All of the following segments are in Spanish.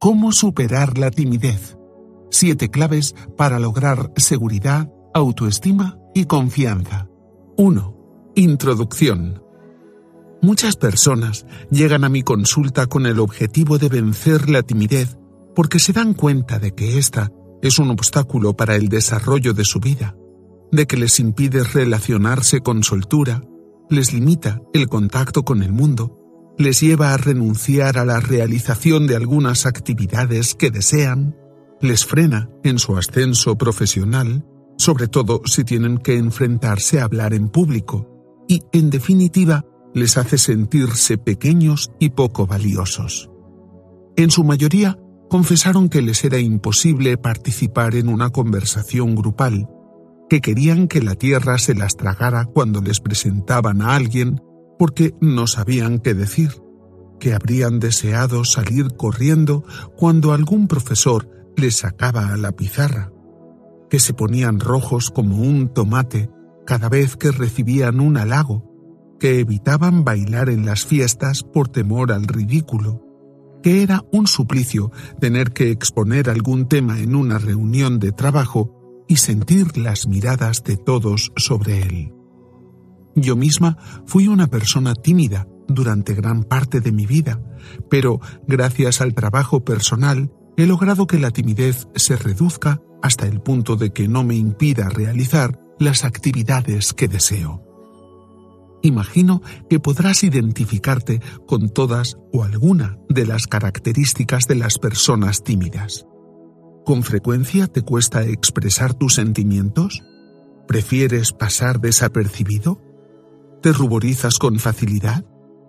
¿Cómo superar la timidez? 7 claves para lograr seguridad, autoestima y confianza. 1. Introducción. Muchas personas llegan a mi consulta con el objetivo de vencer la timidez porque se dan cuenta de que esta es un obstáculo para el desarrollo de su vida, de que les impide relacionarse con soltura, les limita el contacto con el mundo, les lleva a renunciar a la realización de algunas actividades que desean, les frena en su ascenso profesional, sobre todo si tienen que enfrentarse a hablar en público, y, en definitiva, les hace sentirse pequeños y poco valiosos. En su mayoría, confesaron que les era imposible participar en una conversación grupal, que querían que la tierra se las tragara cuando les presentaban a alguien porque no sabían qué decir, que habrían deseado salir corriendo cuando algún profesor les sacaba a la pizarra, que se ponían rojos como un tomate cada vez que recibían un halago, que evitaban bailar en las fiestas por temor al ridículo, que era un suplicio tener que exponer algún tema en una reunión de trabajo y sentir las miradas de todos sobre él. Yo misma fui una persona tímida durante gran parte de mi vida, pero gracias al trabajo personal he logrado que la timidez se reduzca hasta el punto de que no me impida realizar las actividades que deseo. Imagino que podrás identificarte con todas o alguna de las características de las personas tímidas. ¿Con frecuencia te cuesta expresar tus sentimientos? ¿Prefieres pasar desapercibido? ¿Te ruborizas con facilidad?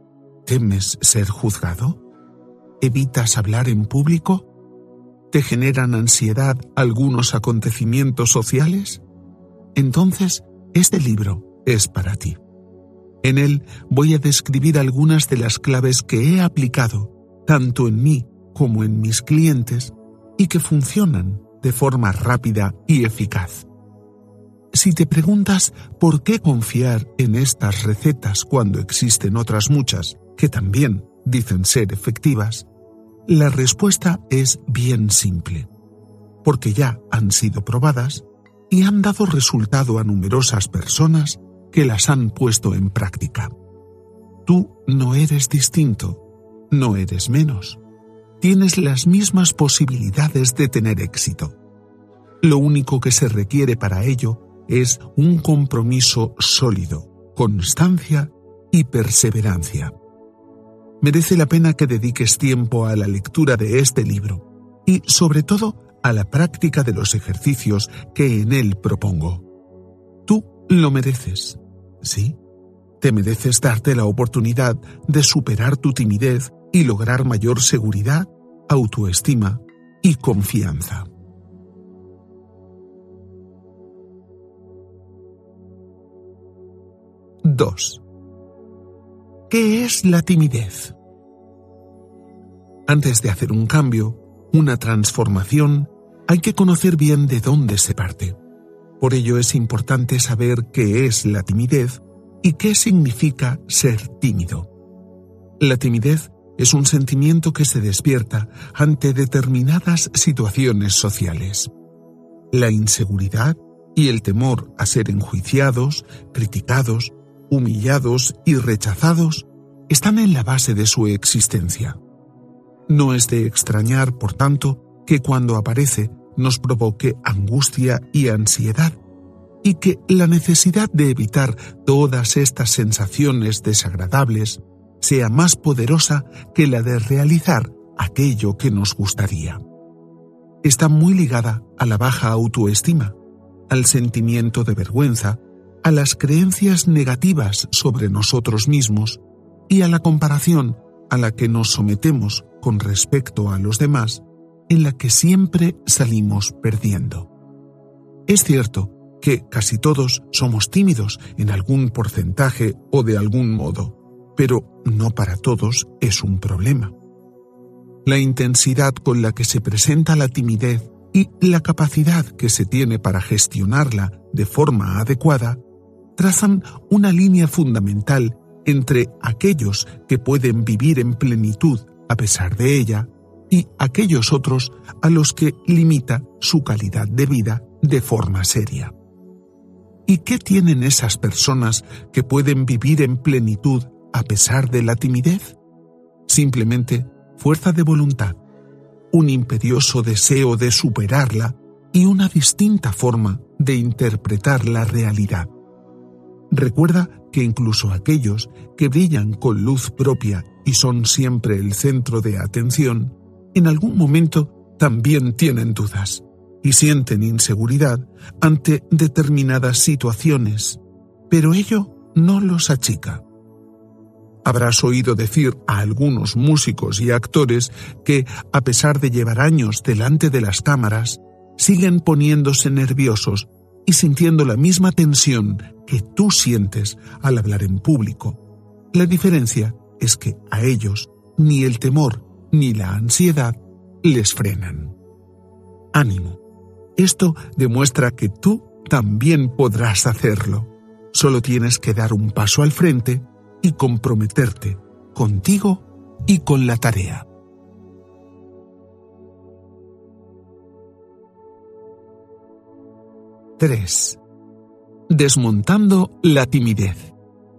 ¿Temes ser juzgado? ¿Evitas hablar en público? ¿Te generan ansiedad algunos acontecimientos sociales? Entonces, este libro es para ti. En él voy a describir algunas de las claves que he aplicado, tanto en mí como en mis clientes, y que funcionan de forma rápida y eficaz. Si te preguntas por qué confiar en estas recetas cuando existen otras muchas que también dicen ser efectivas, la respuesta es bien simple, porque ya han sido probadas y han dado resultado a numerosas personas que las han puesto en práctica. Tú no eres distinto, no eres menos. Tienes las mismas posibilidades de tener éxito. Lo único que se requiere para ello es un compromiso sólido, constancia y perseverancia. Merece la pena que dediques tiempo a la lectura de este libro y, sobre todo, a la práctica de los ejercicios que en él propongo. Tú lo mereces, ¿sí? Te mereces darte la oportunidad de superar tu timidez y lograr mayor seguridad, autoestima y confianza. Dos. ¿Qué es la timidez? Antes de hacer un cambio, una transformación, hay que conocer bien de dónde se parte. Por ello es importante saber qué es la timidez y qué significa ser tímido. La timidez es un sentimiento que se despierta ante determinadas situaciones sociales. La inseguridad y el temor a ser enjuiciados, criticados, humillados y rechazados están en la base de su existencia. No es de extrañar, por tanto, que cuando aparece nos provoque angustia y ansiedad, y que la necesidad de evitar todas estas sensaciones desagradables sea más poderosa que la de realizar aquello que nos gustaría. Está muy ligada a la baja autoestima, al sentimiento de vergüenza, a las creencias negativas sobre nosotros mismos y a la comparación a la que nos sometemos con respecto a los demás, en la que siempre salimos perdiendo. Es cierto que casi todos somos tímidos en algún porcentaje o de algún modo, pero no para todos es un problema. La intensidad con la que se presenta la timidez y la capacidad que se tiene para gestionarla de forma adecuada trazan una línea fundamental entre aquellos que pueden vivir en plenitud a pesar de ella y aquellos otros a los que limita su calidad de vida de forma seria. ¿Y qué tienen esas personas que pueden vivir en plenitud a pesar de la timidez? Simplemente fuerza de voluntad, un imperioso deseo de superarla y una distinta forma de interpretar la realidad. Recuerda que incluso aquellos que brillan con luz propia y son siempre el centro de atención, en algún momento también tienen dudas y sienten inseguridad ante determinadas situaciones, pero ello no los achica. Habrás oído decir a algunos músicos y actores que, a pesar de llevar años delante de las cámaras, siguen poniéndose nerviosos y sintiendo la misma tensión que tú sientes al hablar en público. La diferencia es que a ellos ni el temor ni la ansiedad les frenan. Ánimo. Esto demuestra que tú también podrás hacerlo. Solo tienes que dar un paso al frente y comprometerte contigo y con la tarea. ¡3! Desmontando la timidez.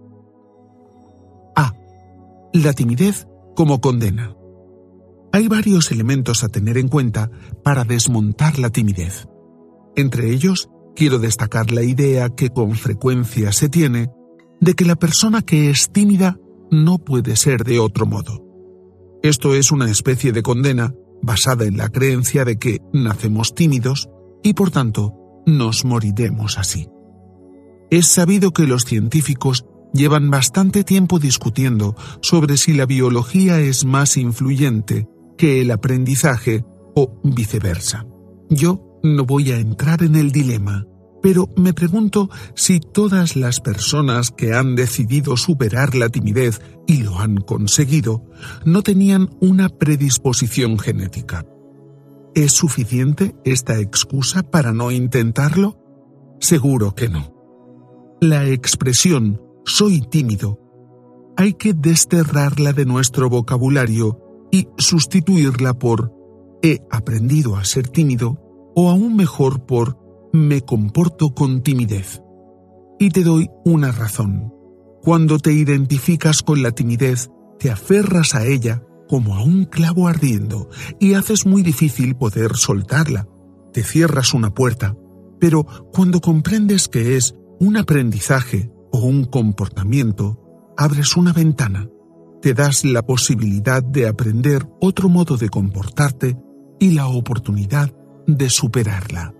A. La timidez como condena. Hay varios elementos a tener en cuenta para desmontar la timidez. Entre ellos, quiero destacar la idea que con frecuencia se tiene de que la persona que es tímida no puede ser de otro modo. Esto es una especie de condena basada en la creencia de que nacemos tímidos y por tanto nos moriremos así. Es sabido que los científicos llevan bastante tiempo discutiendo sobre si la biología es más influyente que el aprendizaje o viceversa. Yo no voy a entrar en el dilema, pero me pregunto si todas las personas que han decidido superar la timidez y lo han conseguido, no tenían una predisposición genética. ¿Es suficiente esta excusa para no intentarlo? Seguro que no. La expresión «soy tímido» hay que desterrarla de nuestro vocabulario y sustituirla por «he aprendido a ser tímido» o aún mejor por «me comporto con timidez». Y te doy una razón. Cuando te identificas con la timidez, te aferras a ella como a un clavo ardiendo y haces muy difícil poder soltarla. Te cierras una puerta, pero cuando comprendes que es un aprendizaje o un comportamiento, abres una ventana, te das la posibilidad de aprender otro modo de comportarte y la oportunidad de superarla.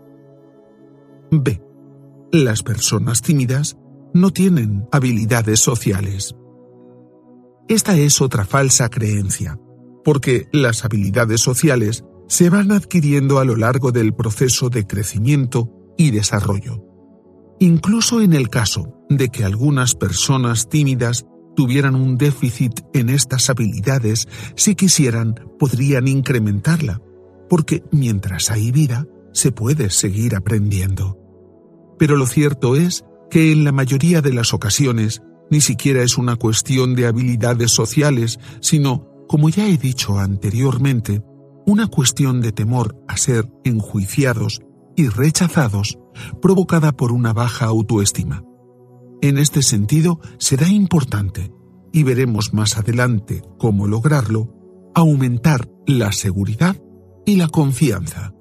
B. Las personas tímidas no tienen habilidades sociales. Esta es otra falsa creencia, porque las habilidades sociales se van adquiriendo a lo largo del proceso de crecimiento y desarrollo. Incluso en el caso de que algunas personas tímidas tuvieran un déficit en estas habilidades, si quisieran, podrían incrementarla, porque mientras hay vida, se puede seguir aprendiendo. Pero lo cierto es que en la mayoría de las ocasiones ni siquiera es una cuestión de habilidades sociales, sino, como ya he dicho anteriormente, una cuestión de temor a ser enjuiciados y rechazados, provocada por una baja autoestima. En este sentido, será importante, y veremos más adelante cómo lograrlo, aumentar la seguridad y la confianza.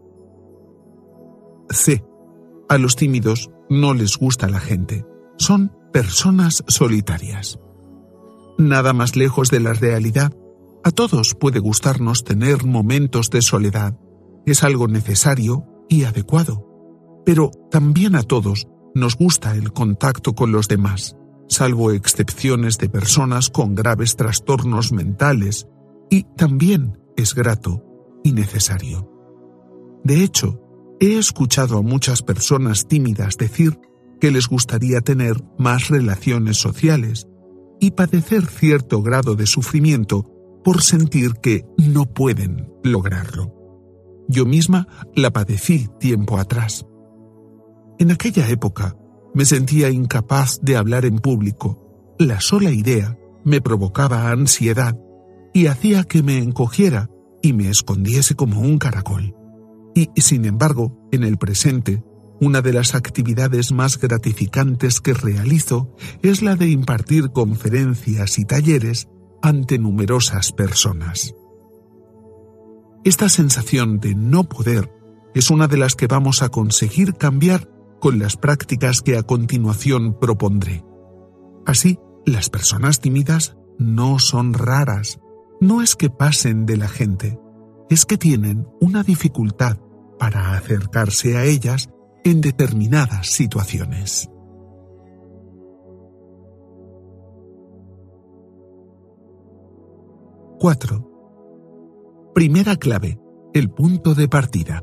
C. A los tímidos no les gusta la gente. Son personas solitarias. Nada más lejos de la realidad. A todos puede gustarnos tener momentos de soledad. Es algo necesario y adecuado. Pero también a todos nos gusta el contacto con los demás, salvo excepciones de personas con graves trastornos mentales, y también es grato y necesario. De hecho, he escuchado a muchas personas tímidas decir que les gustaría tener más relaciones sociales y padecer cierto grado de sufrimiento por sentir que no pueden lograrlo. Yo misma la padecí tiempo atrás. En aquella época me sentía incapaz de hablar en público. La sola idea me provocaba ansiedad y hacía que me encogiera y me escondiese como un caracol. Y, sin embargo, en el presente, una de las actividades más gratificantes que realizo es la de impartir conferencias y talleres ante numerosas personas. Esta sensación de no poder es una de las que vamos a conseguir cambiar con las prácticas que a continuación propondré. Así, las personas tímidas no son raras. No es que pasen de la gente, es que tienen una dificultad para acercarse a ellas en determinadas situaciones. ¡4! Primera clave: el punto de partida.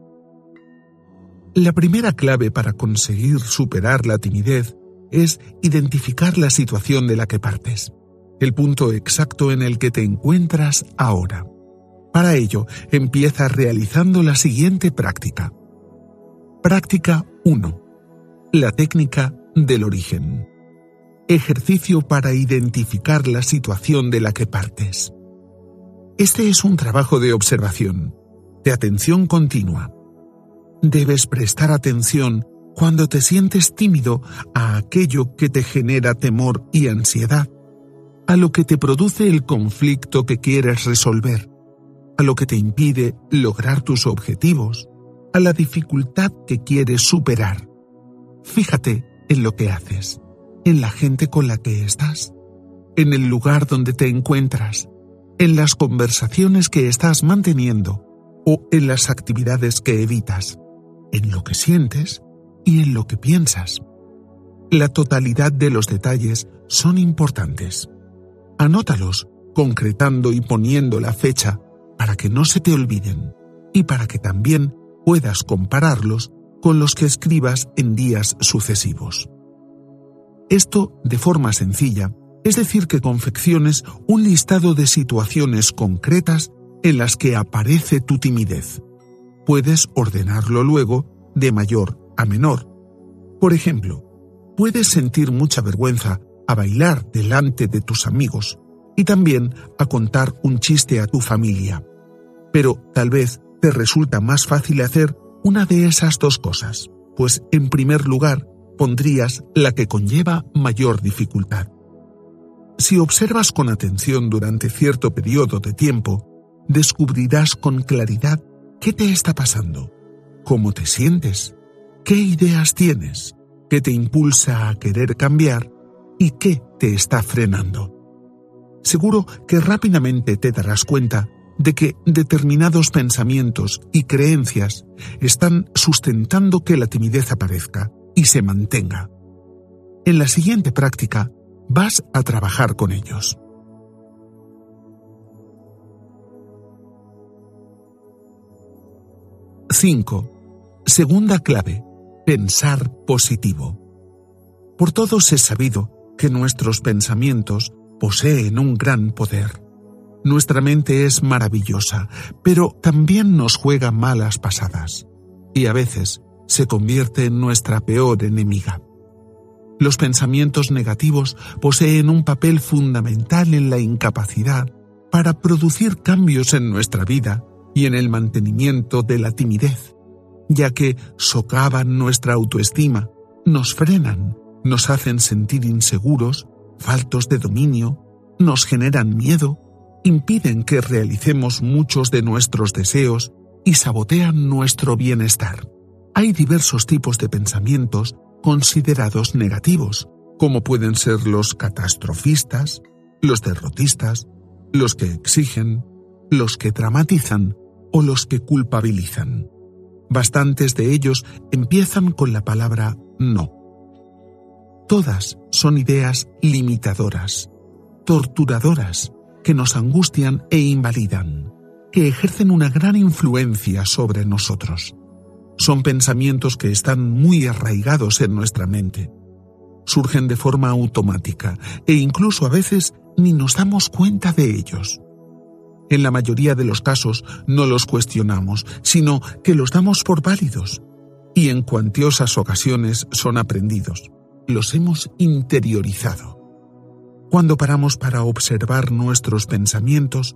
La primera clave para conseguir superar la timidez es identificar la situación de la que partes, el punto exacto en el que te encuentras ahora. Para ello, empieza realizando la siguiente práctica. Práctica 1. La técnica del origen. Ejercicio para identificar la situación de la que partes. Este es un trabajo de observación, de atención continua. Debes prestar atención cuando te sientes tímido a aquello que te genera temor y ansiedad, a lo que te produce el conflicto que quieres resolver, a lo que te impide lograr tus objetivos, a la dificultad que quieres superar. Fíjate en lo que haces, en la gente con la que estás, en el lugar donde te encuentras, en las conversaciones que estás manteniendo o en las actividades que evitas, en lo que sientes y en lo que piensas. La totalidad de los detalles son importantes. Anótalos, concretando y poniendo la fecha para que no se te olviden y para que también puedas compararlos con los que escribas en días sucesivos. Esto de forma sencilla, es decir, que confecciones un listado de situaciones concretas en las que aparece tu timidez. Puedes ordenarlo luego de mayor a menor. Por ejemplo, puedes sentir mucha vergüenza a bailar delante de tus amigos y también a contar un chiste a tu familia. Pero tal vez te resulta más fácil hacer una de esas dos cosas, pues en primer lugar pondrías la que conlleva mayor dificultad. Si observas con atención durante cierto periodo de tiempo, descubrirás con claridad qué te está pasando, cómo te sientes, qué ideas tienes, qué te impulsa a querer cambiar y qué te está frenando. Seguro que rápidamente te darás cuenta de que determinados pensamientos y creencias están sustentando que la timidez aparezca y se mantenga. En la siguiente práctica vas a trabajar con ellos. 5. Segunda clave: pensar positivo. Por todos es sabido que nuestros pensamientos poseen un gran poder. Nuestra mente es maravillosa, pero también nos juega malas pasadas, y a veces se convierte en nuestra peor enemiga. Los pensamientos negativos poseen un papel fundamental en la incapacidad para producir cambios en nuestra vida y en el mantenimiento de la timidez, ya que socavan nuestra autoestima, nos frenan, nos hacen sentir inseguros, faltos de dominio, nos generan miedo, impiden que realicemos muchos de nuestros deseos y sabotean nuestro bienestar. Hay diversos tipos de pensamientos considerados negativos, como pueden ser los catastrofistas, los derrotistas, los que exigen, los que dramatizan o los que culpabilizan. Bastantes de ellos empiezan con la palabra no. Todas son ideas limitadoras, torturadoras, que nos angustian e invalidan, que ejercen una gran influencia sobre nosotros. Son pensamientos que están muy arraigados en nuestra mente. Surgen de forma automática e incluso a veces ni nos damos cuenta de ellos. En la mayoría de los casos no los cuestionamos, sino que los damos por válidos, y en cuantiosas ocasiones son aprendidos. Los hemos interiorizado. Cuando paramos para observar nuestros pensamientos,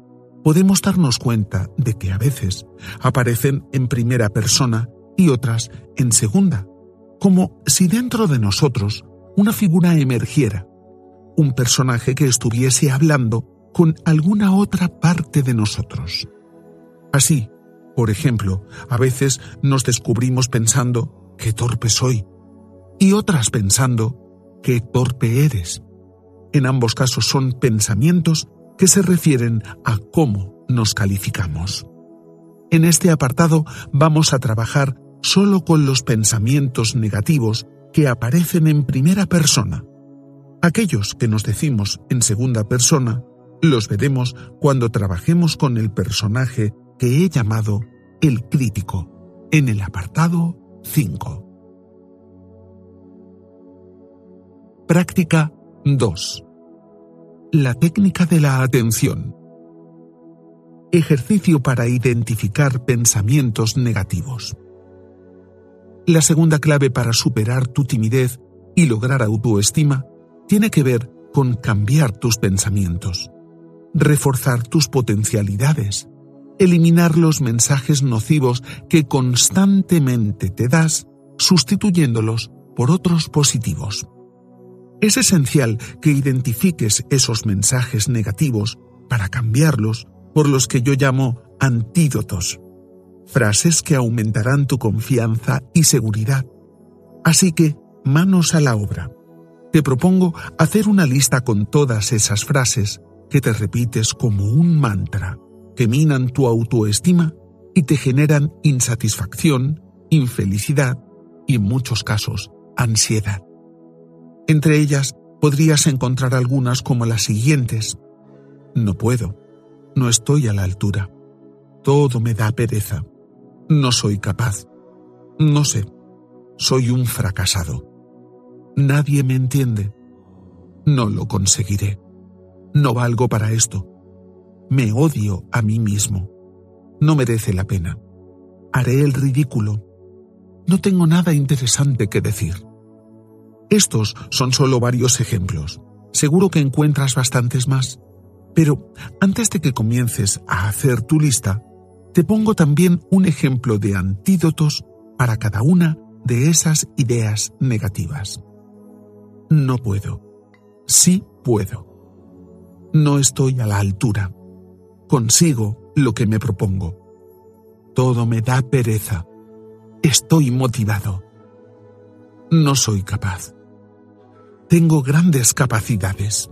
podemos darnos cuenta de que a veces aparecen en primera persona y otras en segunda, como si dentro de nosotros una figura emergiera, un personaje que estuviese hablando con alguna otra parte de nosotros. Así, por ejemplo, a veces nos descubrimos pensando «qué torpe soy» y otras pensando «qué torpe eres». En ambos casos son pensamientos que se refieren a cómo nos calificamos. En este apartado vamos a trabajar solo con los pensamientos negativos que aparecen en primera persona. Aquellos que nos decimos en segunda persona los veremos cuando trabajemos con el personaje que he llamado el crítico, en el apartado 5. Práctica 2. La técnica de la atención. Ejercicio para identificar pensamientos negativos. La segunda clave para superar tu timidez y lograr autoestima tiene que ver con cambiar tus pensamientos, reforzar tus potencialidades, eliminar los mensajes nocivos que constantemente te das, sustituyéndolos por otros positivos. Es esencial que identifiques esos mensajes negativos para cambiarlos por los que yo llamo antídotos, frases que aumentarán tu confianza y seguridad. Así que, manos a la obra. Te propongo hacer una lista con todas esas frases que te repites como un mantra, que minan tu autoestima y te generan insatisfacción, infelicidad y, en muchos casos, ansiedad. Entre ellas podrías encontrar algunas como las siguientes: no puedo, no estoy a la altura, todo me da pereza, no soy capaz, no sé, soy un fracasado, nadie me entiende, no lo conseguiré, no valgo para esto, me odio a mí mismo, no merece la pena, haré el ridículo, no tengo nada interesante que decir. Estos son solo varios ejemplos. Seguro que encuentras bastantes más. Pero antes de que comiences a hacer tu lista, te pongo también un ejemplo de antídotos para cada una de esas ideas negativas. No puedo. Sí puedo. No estoy a la altura. Consigo lo que me propongo. Todo me da pereza. Estoy motivado. No soy capaz. Tengo grandes capacidades.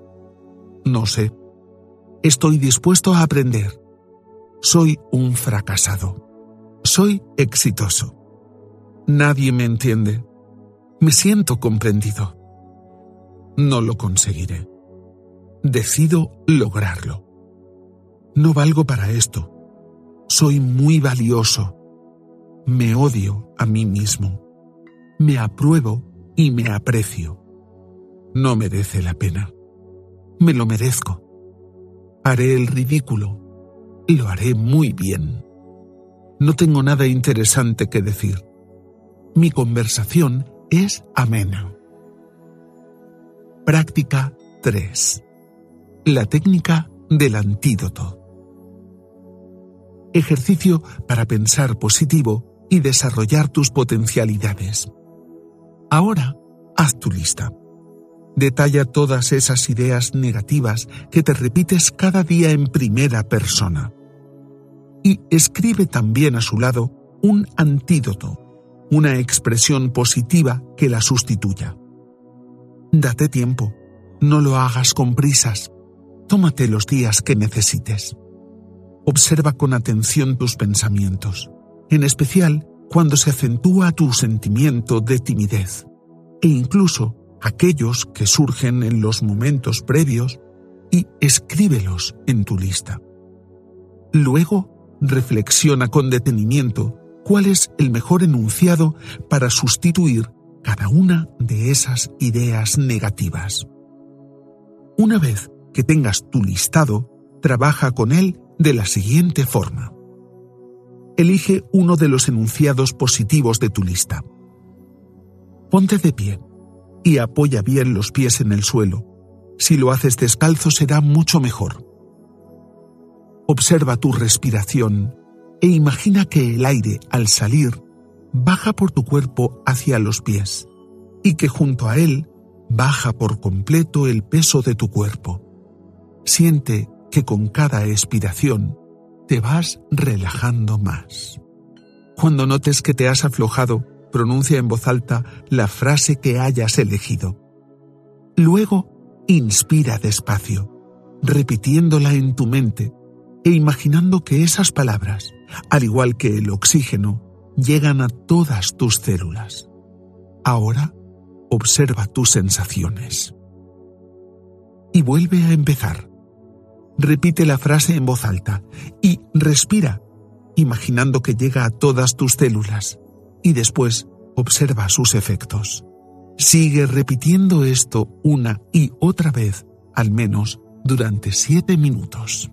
No sé. Estoy dispuesto a aprender. Soy un fracasado. Soy exitoso. Nadie me entiende. Me siento comprendido. No lo conseguiré. Decido lograrlo. No valgo para esto. Soy muy valioso. Me odio a mí mismo. Me apruebo y me aprecio. No merece la pena. Me lo merezco. Haré el ridículo. Lo haré muy bien. No tengo nada interesante que decir. Mi conversación es amena. Práctica 3. La técnica del antídoto. Ejercicio para pensar positivo y desarrollar tus potencialidades. Ahora, haz tu lista. Detalla todas esas ideas negativas que te repites cada día en primera persona. Y escribe también a su lado un antídoto, una expresión positiva que la sustituya. Date tiempo, no lo hagas con prisas, tómate los días que necesites. Observa con atención tus pensamientos, en especial cuando se acentúa tu sentimiento de timidez, e incluso aquellos que surgen en los momentos previos, y escríbelos en tu lista. Luego, reflexiona con detenimiento cuál es el mejor enunciado para sustituir cada una de esas ideas negativas. Una vez que tengas tu listado, trabaja con él de la siguiente forma. Elige uno de los enunciados positivos de tu lista. Ponte de pie y apoya bien los pies en el suelo. Si lo haces descalzo será mucho mejor. Observa tu respiración e imagina que el aire, al salir, baja por tu cuerpo hacia los pies y que junto a él baja por completo el peso de tu cuerpo. Siente que con cada expiración te vas relajando más. Cuando notes que te has aflojado, pronuncia en voz alta la frase que hayas elegido. Luego, inspira despacio, repitiéndola en tu mente e imaginando que esas palabras, al igual que el oxígeno, llegan a todas tus células. Ahora, observa tus sensaciones. Y vuelve a empezar. Repite la frase en voz alta y respira, imaginando que llega a todas tus células, y después observa sus efectos. Sigue repitiendo esto una y otra vez, al menos durante 7 minutos.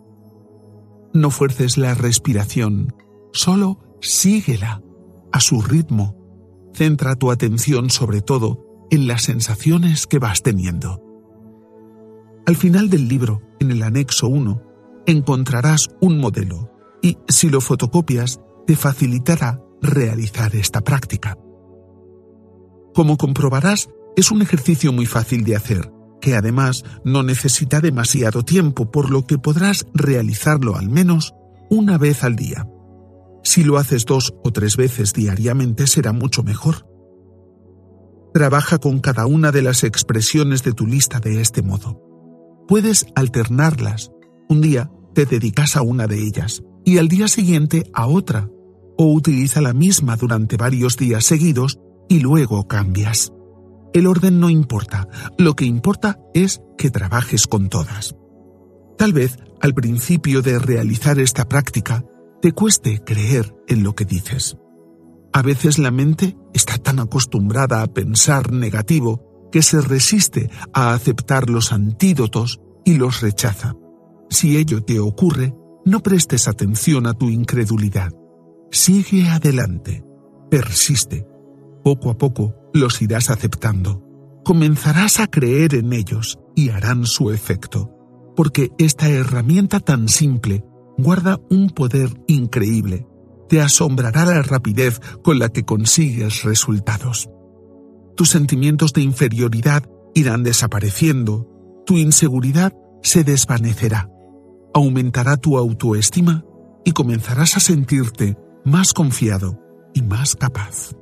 No fuerces la respiración, solo síguela a su ritmo. Centra tu atención sobre todo en las sensaciones que vas teniendo. Al final del libro, en el anexo 1, encontrarás un modelo y, si lo fotocopias, te facilitará realizar esta práctica. Como comprobarás, es un ejercicio muy fácil de hacer, que además no necesita demasiado tiempo, por lo que podrás realizarlo al menos una vez al día. Si lo haces 2 o 3 veces diariamente será mucho mejor. Trabaja con cada una de las expresiones de tu lista de este modo. Puedes alternarlas. Un día te dedicas a una de ellas y al día siguiente a otra, o utiliza la misma durante varios días seguidos y luego cambias. El orden no importa, lo que importa es que trabajes con todas. Tal vez al principio de realizar esta práctica te cueste creer en lo que dices. A veces la mente está tan acostumbrada a pensar negativo que se resiste a aceptar los antídotos y los rechaza. Si ello te ocurre, no prestes atención a tu incredulidad. Sigue adelante, persiste. Poco a poco los irás aceptando. Comenzarás a creer en ellos y harán su efecto, porque esta herramienta tan simple guarda un poder increíble. Te asombrará la rapidez con la que consigues resultados. Tus sentimientos de inferioridad irán desapareciendo, tu inseguridad se desvanecerá, aumentará tu autoestima y comenzarás a sentirte más confiado y más capaz.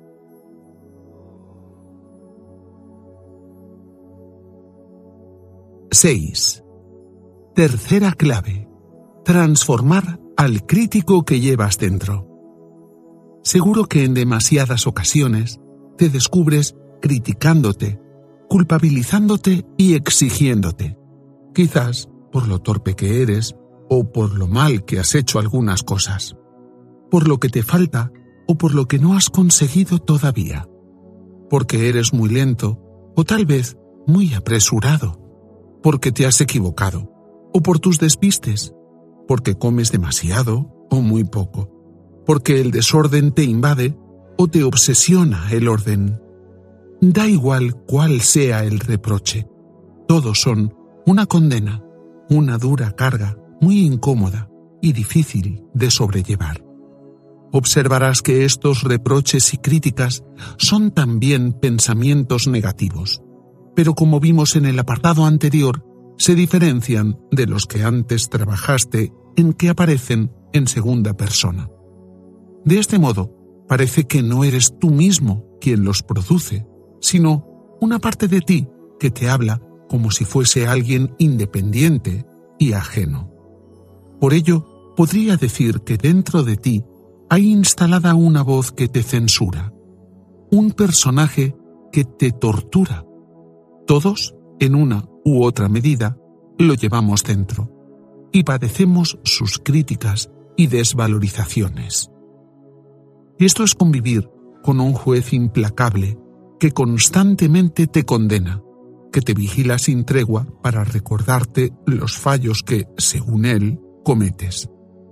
6. Tercera clave. Transformar al crítico que llevas dentro. Seguro que en demasiadas ocasiones te descubres criticándote, culpabilizándote y exigiéndote. Quizás por lo torpe que eres o por lo mal que has hecho algunas cosas, por lo que te falta o por lo que no has conseguido todavía, porque eres muy lento o tal vez muy apresurado, porque te has equivocado o por tus despistes, porque comes demasiado o muy poco, porque el desorden te invade o te obsesiona el orden. Da igual cuál sea el reproche, todos son una condena, una dura carga muy incómoda y difícil de sobrellevar. Observarás que estos reproches y críticas son también pensamientos negativos, pero como vimos en el apartado anterior, se diferencian de los que antes trabajaste en que aparecen en segunda persona. De este modo, parece que no eres tú mismo quien los produce, sino una parte de ti que te habla como si fuese alguien independiente y ajeno. Por ello, podría decir que dentro de ti hay instalada una voz que te censura, un personaje que te tortura. Todos, en una u otra medida, lo llevamos dentro y padecemos sus críticas y desvalorizaciones. Esto es convivir con un juez implacable que constantemente te condena, que te vigila sin tregua para recordarte los fallos que, según él, cometes.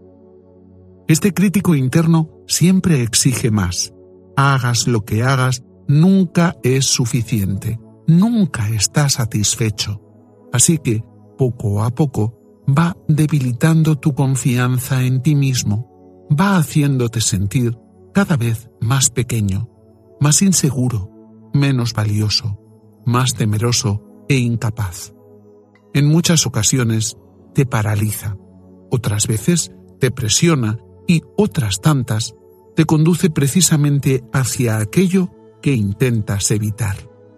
Este crítico interno siempre exige más. Hagas lo que hagas, nunca es suficiente, nunca estás satisfecho. Así que, poco a poco, va debilitando tu confianza en ti mismo, va haciéndote sentir cada vez más pequeño, más inseguro, menos valioso, más temeroso e incapaz. En muchas ocasiones te paraliza, otras veces te presiona y otras tantas te conduce precisamente hacia aquello que intentas evitar.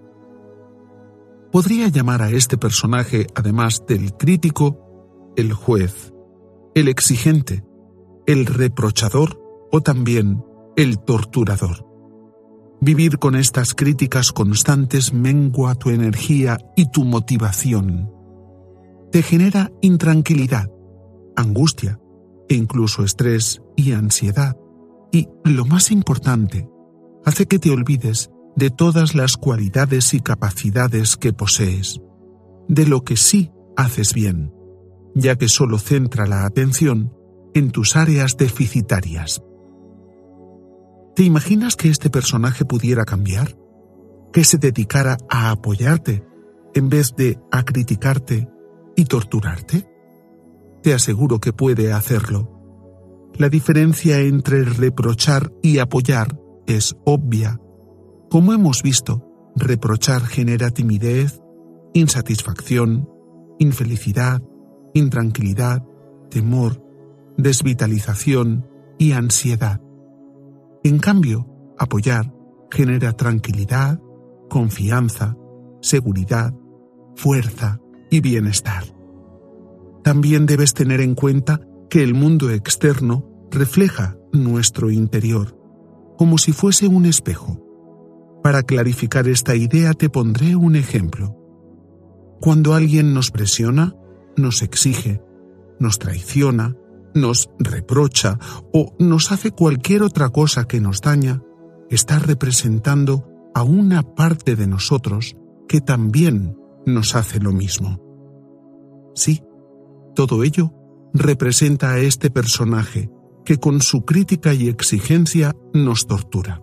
Podría llamar a este personaje, además del crítico, el juez, el exigente, el reprochador o también el torturador. Vivir con estas críticas constantes mengua tu energía y tu motivación. Te genera intranquilidad, angustia e incluso estrés y ansiedad. Y, lo más importante, hace que te olvides de todas las cualidades y capacidades que posees, de lo que sí haces bien, ya que solo centra la atención en tus áreas deficitarias. ¿Te imaginas que este personaje pudiera cambiar? ¿Que se dedicara a apoyarte en vez de a criticarte y torturarte? Te aseguro que puede hacerlo. La diferencia entre reprochar y apoyar es obvia. Como hemos visto, reprochar genera timidez, insatisfacción, infelicidad, intranquilidad, temor, desvitalización y ansiedad. En cambio, apoyar genera tranquilidad, confianza, seguridad, fuerza y bienestar. También debes tener en cuenta que el mundo externo refleja nuestro interior, como si fuese un espejo. Para clarificar esta idea te pondré un ejemplo. Cuando alguien nos presiona, nos exige, nos traiciona, nos reprocha o nos hace cualquier otra cosa que nos daña, está representando a una parte de nosotros que también nos hace lo mismo. Sí, todo ello representa a este personaje que con su crítica y exigencia nos tortura.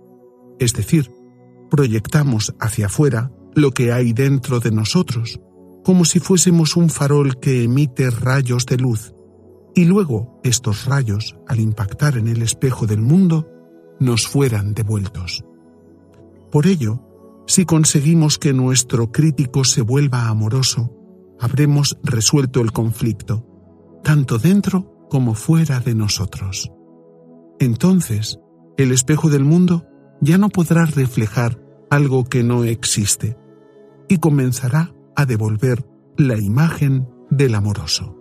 Es decir, proyectamos hacia afuera lo que hay dentro de nosotros, como si fuésemos un farol que emite rayos de luz, y luego estos rayos, al impactar en el espejo del mundo, nos fueran devueltos. Por ello, si conseguimos que nuestro crítico se vuelva amoroso, habremos resuelto el conflicto, tanto dentro como fuera de nosotros. Entonces, el espejo del mundo ya no podrá reflejar algo que no existe y comenzará a devolver la imagen del amoroso.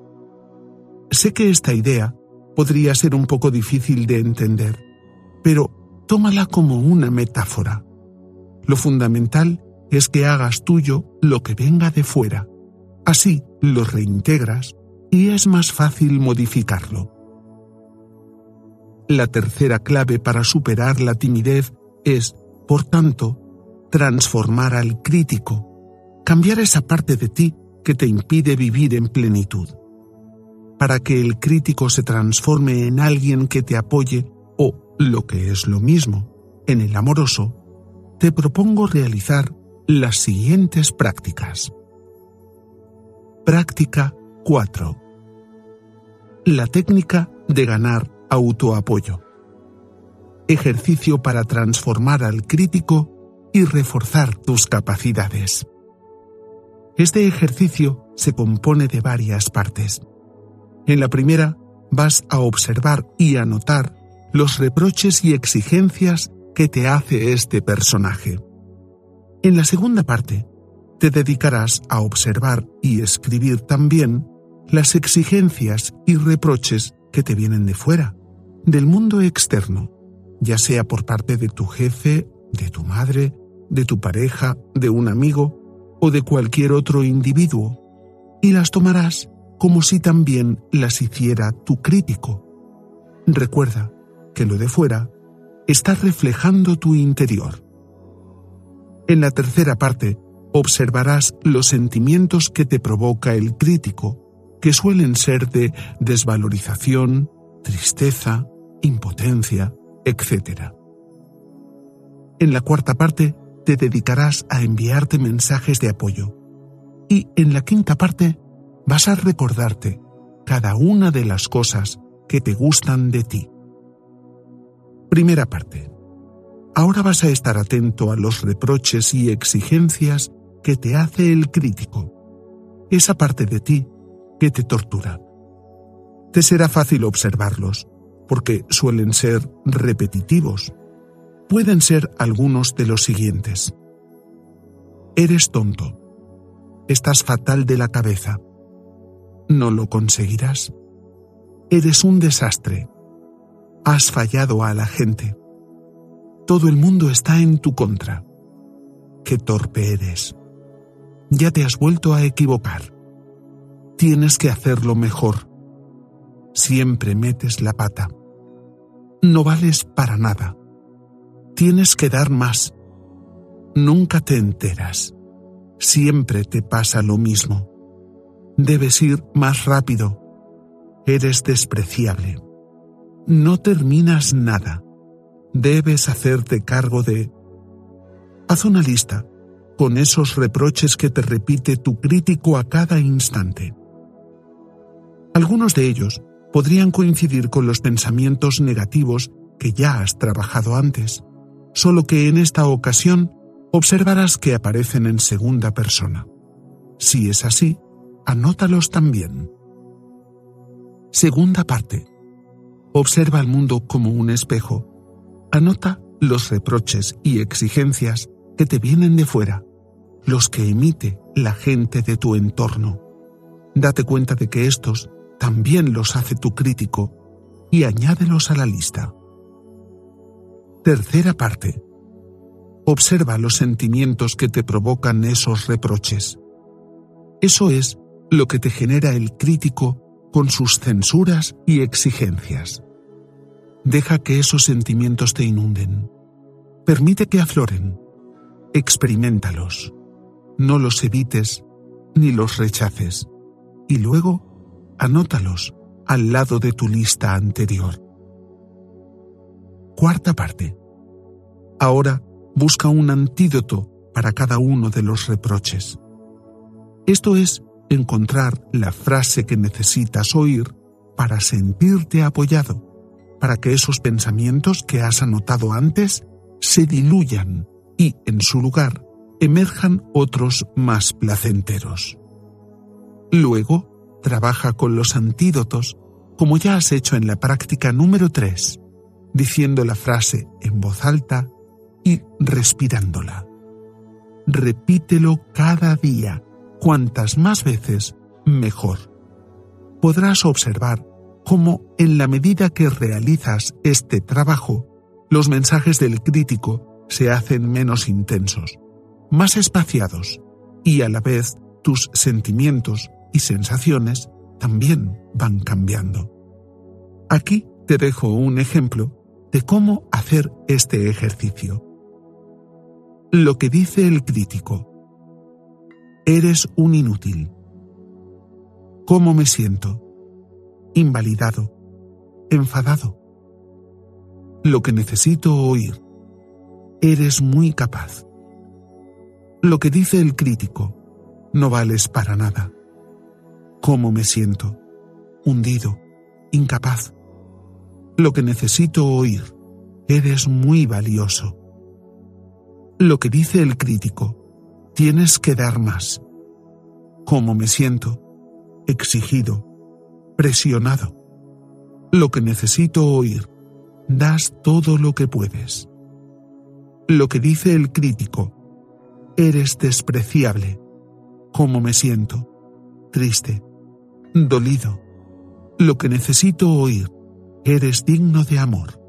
Sé que esta idea podría ser un poco difícil de entender, pero tómala como una metáfora. Lo fundamental es que hagas tuyo lo que venga de fuera. Así lo reintegras y es más fácil modificarlo. La tercera clave para superar la timidez es, por tanto, transformar al crítico, cambiar esa parte de ti que te impide vivir en plenitud. Para que el crítico se transforme en alguien que te apoye o, lo que es lo mismo, en el amoroso, te propongo realizar las siguientes prácticas. Práctica 4. La técnica de ganar autoapoyo. Ejercicio para transformar al crítico y reforzar tus capacidades. Este ejercicio se compone de varias partes. En la primera, vas a observar y anotar los reproches y exigencias que te hace este personaje. En la segunda parte, te dedicarás a observar y escribir también las exigencias y reproches que te vienen de fuera, del mundo externo, ya sea por parte de tu jefe, de tu madre, de tu pareja, de un amigo o de cualquier otro individuo, y las tomarás como si también las hiciera tu crítico. Recuerda que lo de fuera está reflejando tu interior. En la tercera parte, observarás los sentimientos que te provoca el crítico, que suelen ser de desvalorización, tristeza, impotencia, etc. En la cuarta parte, te dedicarás a enviarte mensajes de apoyo. Y en la quinta parte, vas a recordarte cada una de las cosas que te gustan de ti. Primera parte. Ahora vas a estar atento a los reproches y exigencias que te hace el crítico, esa parte de ti que te tortura. Te será fácil observarlos, porque suelen ser repetitivos. Pueden ser algunos de los siguientes. Eres tonto. Estás fatal de la cabeza. No lo conseguirás. Eres un desastre. Has fallado a la gente. Todo el mundo está en tu contra. Qué torpe eres. Ya te has vuelto a equivocar. Tienes que hacerlo mejor. Siempre metes la pata. No vales para nada. Tienes que dar más. Nunca te enteras. Siempre te pasa lo mismo. Debes ir más rápido. Eres despreciable. No terminas nada. Debes hacerte cargo de... Haz una lista con esos reproches que te repite tu crítico a cada instante. Algunos de ellos podrían coincidir con los pensamientos negativos que ya has trabajado antes, solo que en esta ocasión observarás que aparecen en segunda persona. Si es así, anótalos también. Segunda parte. Observa el mundo como un espejo. Anota los reproches y exigencias que te vienen de fuera, los que emite la gente de tu entorno. Date cuenta de que estos también los hace tu crítico y añádelos a la lista. Tercera parte. Observa los sentimientos que te provocan esos reproches. Eso es lo que te genera el crítico con sus censuras y exigencias. Deja que esos sentimientos te inunden. Permite que afloren. Experimentalos. No los evites ni los rechaces. Y luego, anótalos al lado de tu lista anterior. Cuarta parte. Ahora busca un antídoto para cada uno de los reproches. Esto es encontrar la frase que necesitas oír para sentirte apoyado, para que esos pensamientos que has anotado antes se diluyan y, en su lugar, emerjan otros más placenteros. Luego, trabaja con los antídotos, como ya has hecho en la práctica número 3, diciendo la frase en voz alta y respirándola. Repítelo cada día, cuantas más veces, mejor. Podrás observar cómo, en la medida que realizas este trabajo, los mensajes del crítico se hacen menos intensos, más espaciados, y a la vez tus sentimientos y sensaciones también van cambiando. Aquí te dejo un ejemplo de cómo hacer este ejercicio. Lo que dice el crítico. Eres un inútil. ¿Cómo me siento? Invalidado. Enfadado. Lo que necesito oír. Eres muy capaz. Lo que dice el crítico. No vales para nada. ¿Cómo me siento? Hundido. Incapaz. Lo que necesito oír. Eres muy valioso. Lo que dice el crítico. Tienes que dar más. ¿Cómo me siento? Exigido. Presionado. Lo que necesito oír. Das todo lo que puedes. Lo que dice el crítico. Eres despreciable. ¿Cómo me siento? Triste. Dolido. Lo que necesito oír. Eres digno de amor.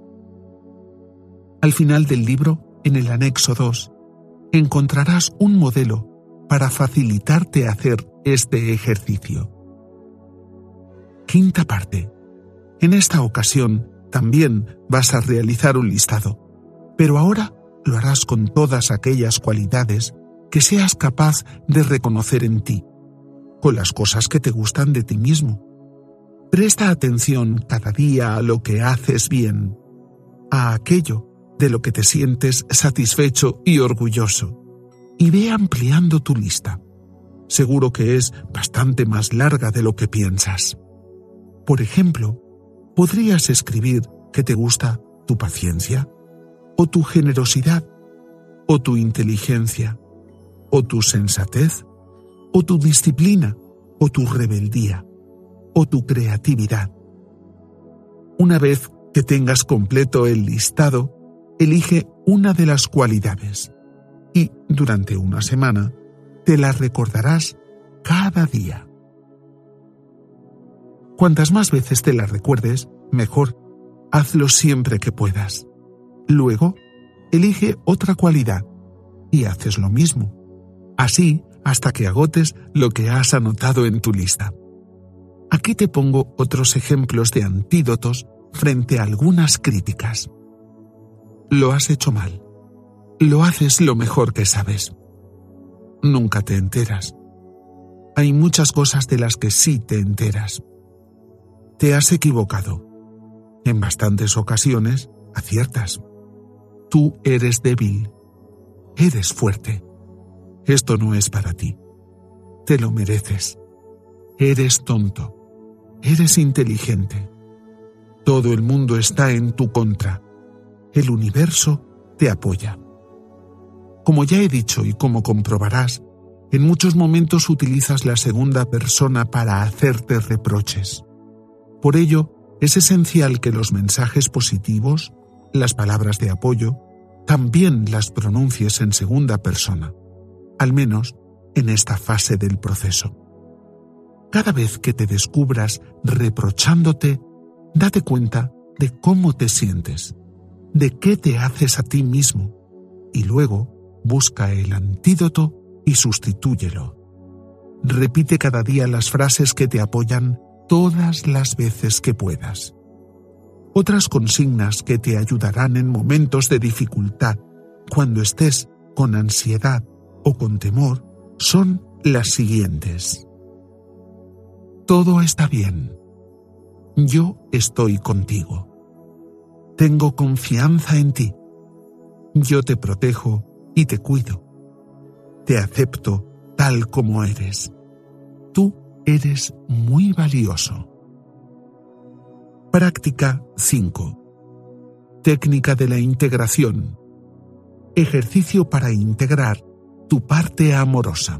Al final del libro, en el anexo 2, encontrarás un modelo para facilitarte hacer este ejercicio. Quinta parte. En esta ocasión también vas a realizar un listado, pero ahora lo harás con todas aquellas cualidades que seas capaz de reconocer en ti, con las cosas que te gustan de ti mismo. Presta atención cada día a lo que haces bien, a aquello de lo que te sientes satisfecho y orgulloso, y ve ampliando tu lista. Seguro que es bastante más larga de lo que piensas. Por ejemplo, podrías escribir que te gusta tu paciencia, o tu generosidad, o tu inteligencia, o tu sensatez, o tu disciplina, o tu rebeldía, o tu creatividad. Una vez que tengas completo el listado, elige una de las cualidades y, durante una semana, te la recordarás cada día. Cuantas más veces te la recuerdes, mejor. Hazlo siempre que puedas. Luego, elige otra cualidad y haces lo mismo. Así hasta que agotes lo que has anotado en tu lista. Aquí te pongo otros ejemplos de antídotos frente a algunas críticas. Lo has hecho mal. Lo haces lo mejor que sabes. Nunca te enteras. Hay muchas cosas de las que sí te enteras. Te has equivocado. En bastantes ocasiones aciertas. Tú eres débil. Eres fuerte. Esto no es para ti. Te lo mereces. Eres tonto. Eres inteligente. Todo el mundo está en tu contra. El universo te apoya. Como ya he dicho y como comprobarás, en muchos momentos utilizas la segunda persona para hacerte reproches. Por ello, es esencial que los mensajes positivos, las palabras de apoyo, también las pronuncies en segunda persona, al menos en esta fase del proceso. Cada vez que te descubras reprochándote, date cuenta de cómo te sientes, de qué te haces a ti mismo, y luego busca el antídoto y sustitúyelo. Repite cada día las frases que te apoyan todas las veces que puedas. Otras consignas que te ayudarán en momentos de dificultad, cuando estés con ansiedad o con temor, son las siguientes. Todo está bien. Yo estoy contigo. Tengo confianza en ti. Yo te protejo y te cuido. Te acepto tal como eres. Tú eres muy valioso. Práctica 5. Técnica de la integración. Ejercicio para integrar tu parte amorosa.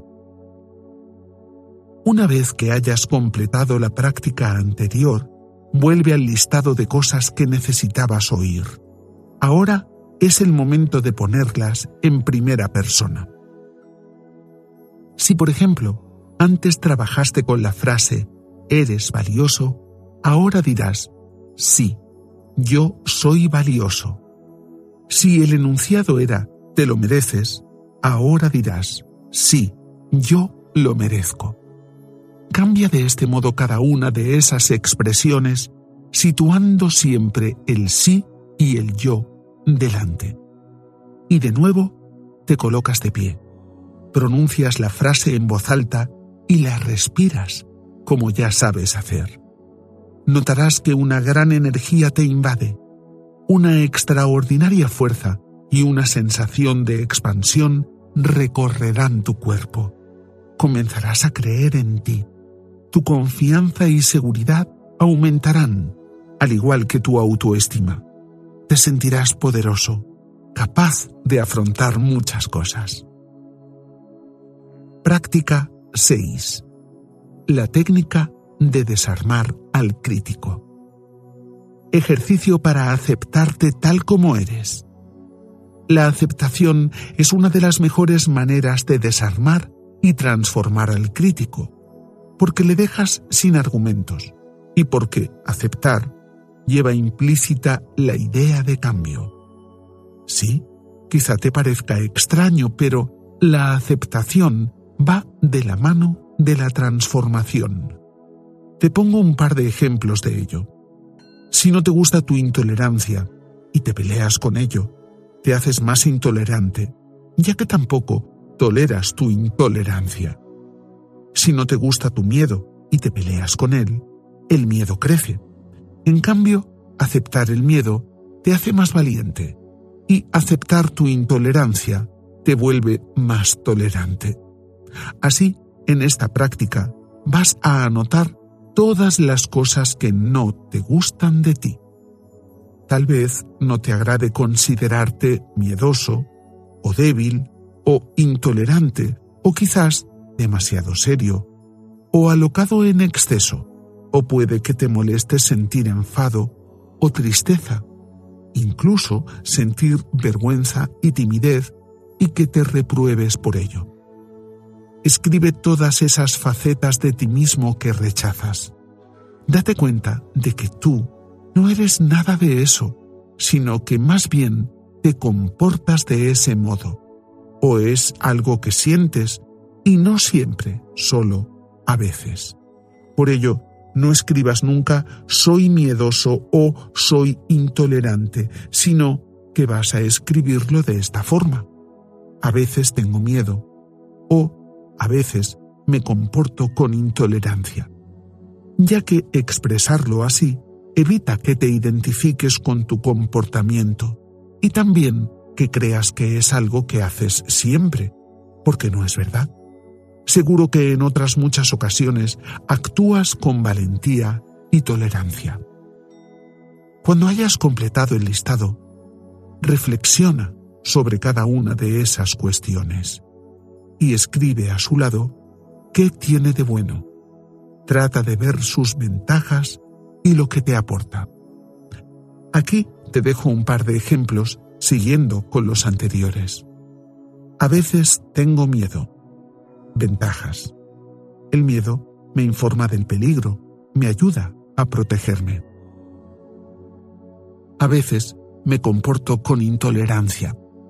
Una vez que hayas completado la práctica anterior, vuelve al listado de cosas que necesitabas oír. Ahora es el momento de ponerlas en primera persona. Si, por ejemplo, antes trabajaste con la frase «eres valioso», ahora dirás «sí, yo soy valioso». Si el enunciado era «te lo mereces», ahora dirás «sí, yo lo merezco». Cambia de este modo cada una de esas expresiones, situando siempre el sí y el yo delante. Y de nuevo te colocas de pie, pronuncias la frase en voz alta y la respiras, como ya sabes hacer. Notarás que una gran energía te invade, una extraordinaria fuerza y una sensación de expansión recorrerán tu cuerpo. Comenzarás a creer en ti. Tu confianza y seguridad aumentarán, al igual que tu autoestima. Te sentirás poderoso, capaz de afrontar muchas cosas. Práctica 6. La técnica de desarmar al crítico. Ejercicio para aceptarte tal como eres. La aceptación es una de las mejores maneras de desarmar y transformar al crítico, porque le dejas sin argumentos y porque aceptar lleva implícita la idea de cambio. Sí, quizá te parezca extraño, pero la aceptación va de la mano de la transformación. Te pongo un par de ejemplos de ello. Si no te gusta tu intolerancia y te peleas con ello, te haces más intolerante, ya que tampoco toleras tu intolerancia. Si no te gusta tu miedo y te peleas con él, el miedo crece. En cambio, aceptar el miedo te hace más valiente y aceptar tu intolerancia te vuelve más tolerante. Así, En esta práctica vas a anotar todas las cosas que no te gustan de ti. Tal vez no te agrade considerarte miedoso, o débil, o intolerante, o quizás demasiado serio, o alocado en exceso, o puede que te moleste sentir enfado o tristeza, incluso sentir vergüenza y timidez y que te repruebes por ello. Escribe todas esas facetas de ti mismo que rechazas. Date cuenta de que tú no eres nada de eso, sino que más bien te comportas de ese modo, o es algo que sientes y no siempre, solo a veces. Por ello, no escribas nunca soy miedoso o soy intolerante, sino que vas a escribirlo de esta forma. A veces tengo miedo o a veces me comporto con intolerancia, ya que expresarlo así evita que te identifiques con tu comportamiento y también que creas que es algo que haces siempre, porque no es verdad. Seguro que en otras muchas ocasiones actúas con valentía y tolerancia. Cuando hayas completado el listado, reflexiona sobre cada una de esas cuestiones y escribe a su lado qué tiene de bueno. Trata de ver sus ventajas y lo que te aporta. Aquí te dejo un par de ejemplos siguiendo con los anteriores. A veces tengo miedo. Ventajas. El miedo me informa del peligro, me ayuda a protegerme. A veces me comporto con intolerancia.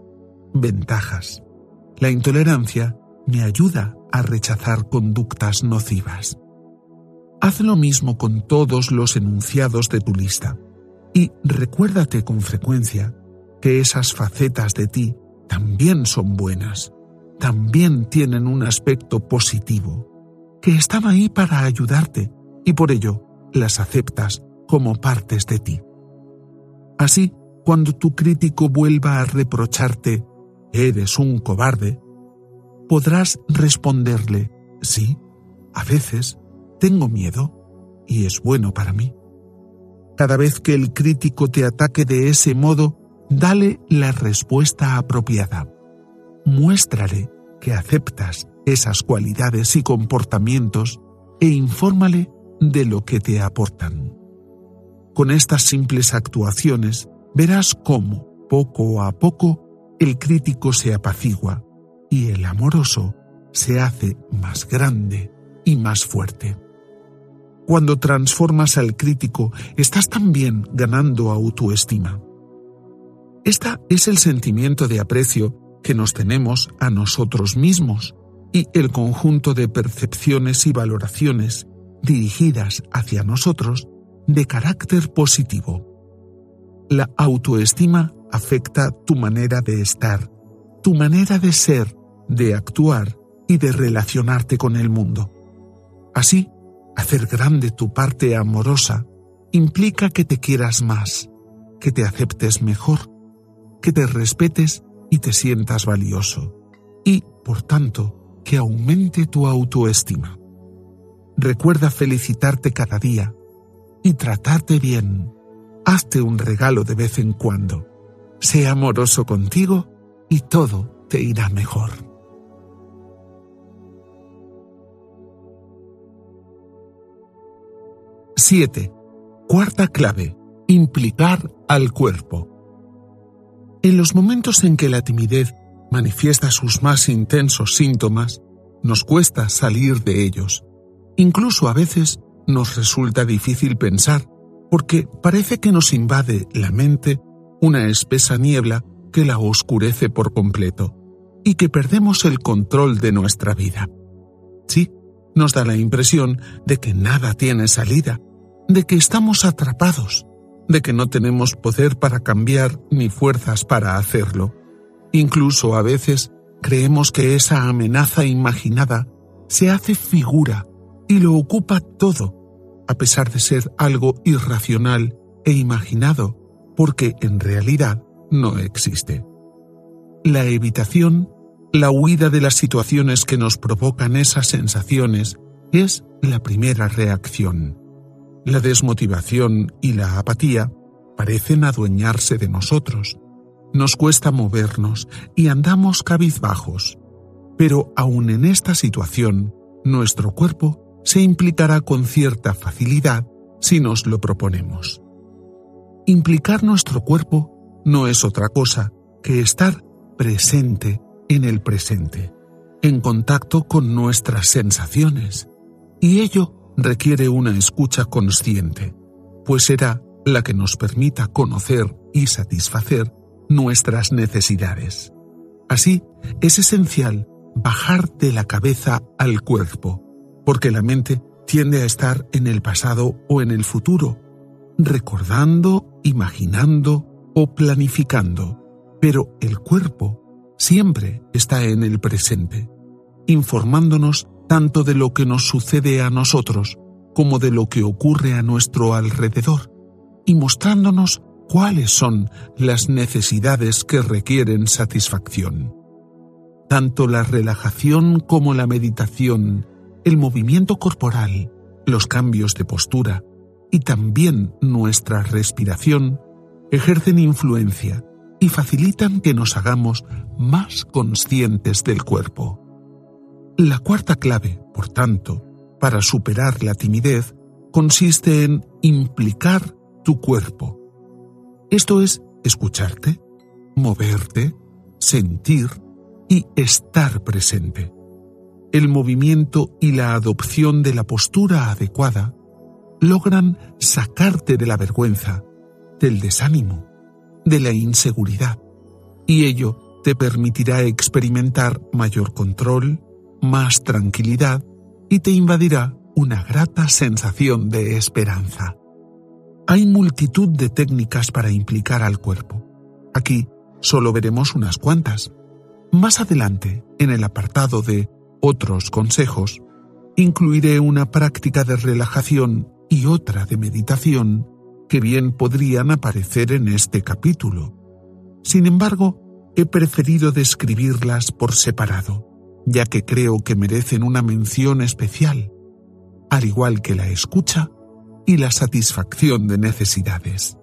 Ventajas. La intolerancia me ayuda a rechazar conductas nocivas. Haz lo mismo con todos los enunciados de tu lista y recuérdate con frecuencia que esas facetas de ti también son buenas. También tienen un aspecto positivo, que están ahí para ayudarte y por ello las aceptas como partes de ti. Así, cuando tu crítico vuelva a reprocharte, eres un cobarde, podrás responderle, sí, a veces tengo miedo y es bueno para mí. Cada vez que el crítico te ataque de ese modo, dale la respuesta apropiada. Muéstrale que aceptas esas cualidades y comportamientos e infórmale de lo que te aportan. Con estas simples actuaciones verás cómo, poco a poco, el crítico se apacigua y el amoroso se hace más grande y más fuerte. Cuando transformas al crítico, estás también ganando autoestima. Esta es el sentimiento de aprecio que nos tenemos a nosotros mismos y el conjunto de percepciones y valoraciones dirigidas hacia nosotros de carácter positivo. La autoestima afecta tu manera de estar, tu manera de ser, de actuar y de relacionarte con el mundo. Así, hacer grande tu parte amorosa implica que te quieras más, que te aceptes mejor, que te respetes y te sientas valioso, y, por tanto, que aumente tu autoestima. Recuerda felicitarte cada día y tratarte bien. Hazte un regalo de vez en cuando. Sé amoroso contigo y todo te irá mejor. ¡7! Cuarta clave: implicar al cuerpo. En los momentos en que la timidez manifiesta sus más intensos síntomas, nos cuesta salir de ellos. Incluso a veces nos resulta difícil pensar, porque parece que nos invade la mente una espesa niebla que la oscurece por completo y que perdemos el control de nuestra vida. Sí, nos da la impresión de que nada tiene salida, de que estamos atrapados, de que no tenemos poder para cambiar ni fuerzas para hacerlo. Incluso a veces creemos que esa amenaza imaginada se hace figura y lo ocupa todo, a pesar de ser algo irracional e imaginado, porque en realidad no existe. La evitación La huida de las situaciones que nos provocan esas sensaciones es la primera reacción. La desmotivación y la apatía parecen adueñarse de nosotros. Nos cuesta movernos y andamos cabizbajos. Pero aun en esta situación, nuestro cuerpo se implicará con cierta facilidad si nos lo proponemos. Implicar nuestro cuerpo no es otra cosa que estar presente en el presente, en contacto con nuestras sensaciones, y ello requiere una escucha consciente, pues será la que nos permita conocer y satisfacer nuestras necesidades. Así, es esencial bajar de la cabeza al cuerpo, porque la mente tiende a estar en el pasado o en el futuro, recordando, imaginando o planificando, pero el cuerpo siempre está en el presente, informándonos tanto de lo que nos sucede a nosotros como de lo que ocurre a nuestro alrededor, y mostrándonos cuáles son las necesidades que requieren satisfacción. Tanto la relajación como la meditación, el movimiento corporal, los cambios de postura y también nuestra respiración ejercen influencia y facilitan que nos hagamos más conscientes del cuerpo. La cuarta clave, por tanto, para superar la timidez, consiste en implicar tu cuerpo. Esto es escucharte, moverte, sentir y estar presente. El movimiento y la adopción de la postura adecuada logran sacarte de la vergüenza, del desánimo, de la inseguridad, y ello te permitirá experimentar mayor control, más tranquilidad y te invadirá una grata sensación de esperanza. Hay multitud de técnicas para implicar al cuerpo. Aquí solo veremos unas cuantas. Más adelante, en el apartado de Otros consejos, incluiré una práctica de relajación y otra de meditación que bien podrían aparecer en este capítulo. Sin embargo, he preferido describirlas por separado, ya que creo que merecen una mención especial, al igual que la escucha y la satisfacción de necesidades.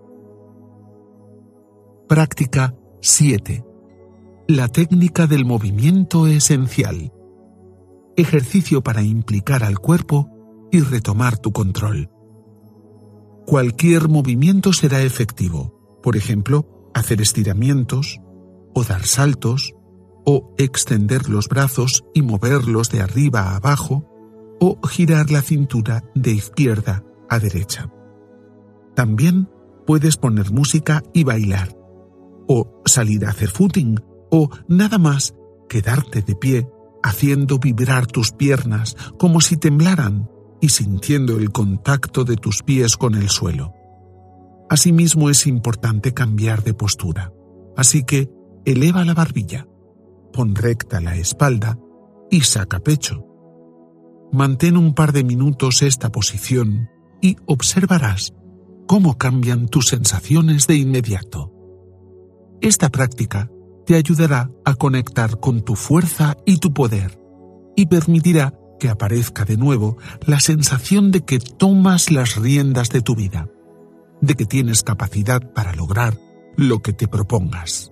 Práctica 7. La técnica del movimiento esencial. Ejercicio para implicar al cuerpo y retomar tu control. Cualquier movimiento será efectivo, por ejemplo, hacer estiramientos, o dar saltos, o extender los brazos y moverlos de arriba a abajo, o girar la cintura de izquierda a derecha. También puedes poner música y bailar, o salir a hacer footing, o nada más quedarte de pie haciendo vibrar tus piernas como si temblaran y sintiendo el contacto de tus pies con el suelo. Asimismo es importante cambiar de postura, así que eleva la barbilla, pon recta la espalda y saca pecho. Mantén un par de minutos esta posición y observarás cómo cambian tus sensaciones de inmediato. Esta práctica te ayudará a conectar con tu fuerza y tu poder y permitirá que aparezca de nuevo la sensación de que tomas las riendas de tu vida, de que tienes capacidad para lograr lo que te propongas.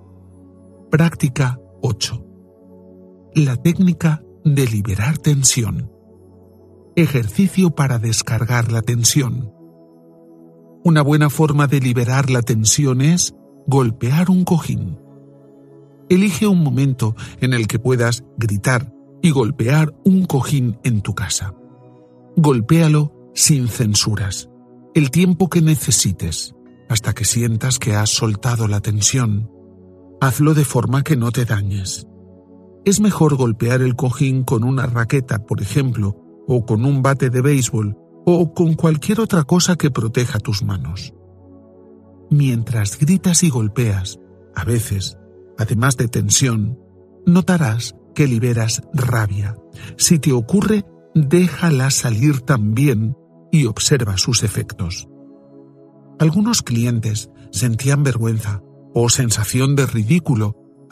Práctica 8. La técnica de liberar tensión. Ejercicio para descargar la tensión. Una buena forma de liberar la tensión es golpear un cojín. Elige un momento en el que puedas gritar y golpear un cojín en tu casa. Golpéalo sin censuras, el tiempo que necesites, hasta que sientas que has soltado la tensión. Hazlo de forma que no te dañes. Es mejor golpear el cojín con una raqueta, por ejemplo, o con un bate de béisbol, o con cualquier otra cosa que proteja tus manos. Mientras gritas y golpeas, a veces, además de tensión, notarás que liberas rabia. Si te ocurre, déjala salir también y observa sus efectos. Algunos clientes sentían vergüenza o sensación de ridículo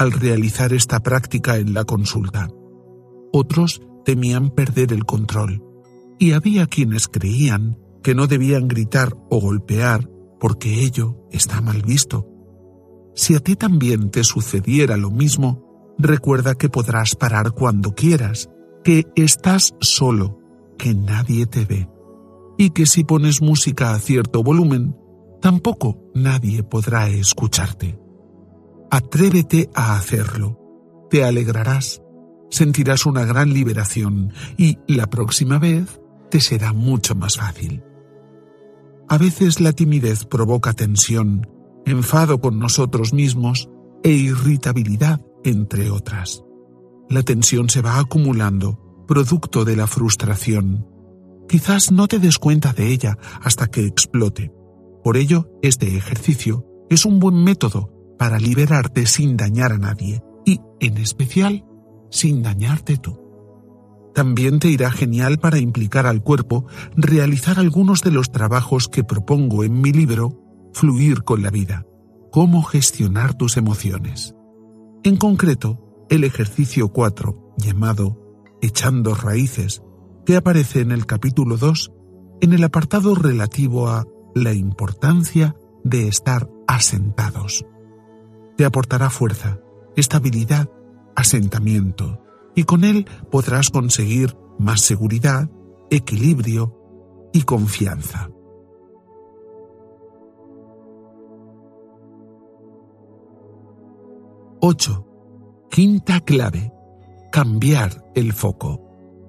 al realizar esta práctica en la consulta. Otros temían perder el control, y había quienes creían que no debían gritar o golpear porque ello está mal visto. Si a ti también te sucediera lo mismo, recuerda que podrás parar cuando quieras, que estás solo, que nadie te ve, y que si pones música a cierto volumen, tampoco nadie podrá escucharte. Atrévete a hacerlo, te alegrarás, sentirás una gran liberación y la próxima vez te será mucho más fácil. A veces la timidez provoca tensión, enfado con nosotros mismos e irritabilidad, entre otras. La tensión se va acumulando, producto de la frustración. Quizás no te des cuenta de ella hasta que explote. Por ello, este ejercicio es un buen método para liberarte sin dañar a nadie y, en especial, sin dañarte tú. También te irá genial para implicar al cuerpo realizar algunos de los trabajos que propongo en mi libro Fluir con la vida, cómo gestionar tus emociones. En concreto, el ejercicio 4, llamado Echando Raíces, que aparece en el capítulo 2, en el apartado relativo a la importancia de estar asentados. Te aportará fuerza, estabilidad, asentamiento, y con él podrás conseguir más seguridad, equilibrio y confianza. ¡8! Quinta clave: cambiar el foco.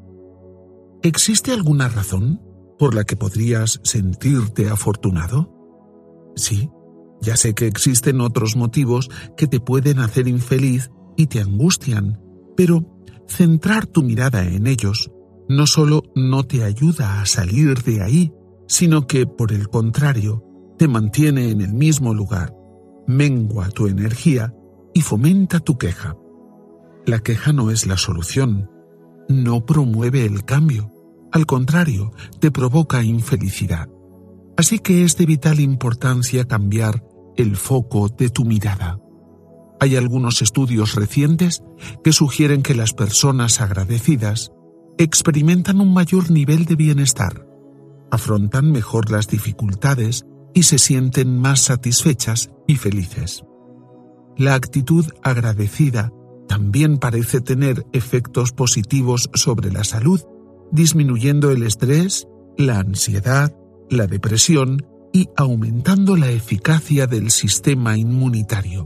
¿Existe alguna razón por la que podrías sentirte afortunado? Sí, ya sé que existen otros motivos que te pueden hacer infeliz y te angustian, pero centrar tu mirada en ellos no solo no te ayuda a salir de ahí, sino que, por el contrario, te mantiene en el mismo lugar, mengua tu energía y fomenta tu queja. La queja no es la solución, no promueve el cambio, al contrario, te provoca infelicidad. Así que es de vital importancia cambiar el foco de tu mirada. Hay algunos estudios recientes que sugieren que las personas agradecidas experimentan un mayor nivel de bienestar, afrontan mejor las dificultades y se sienten más satisfechas y felices. La actitud agradecida también parece tener efectos positivos sobre la salud, disminuyendo el estrés, la ansiedad, la depresión y aumentando la eficacia del sistema inmunitario.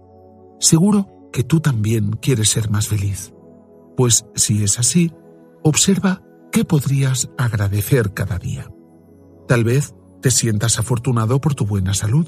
Seguro que tú también quieres ser más feliz. Pues si es así, observa qué podrías agradecer cada día. Tal vez te sientas afortunado por tu buena salud,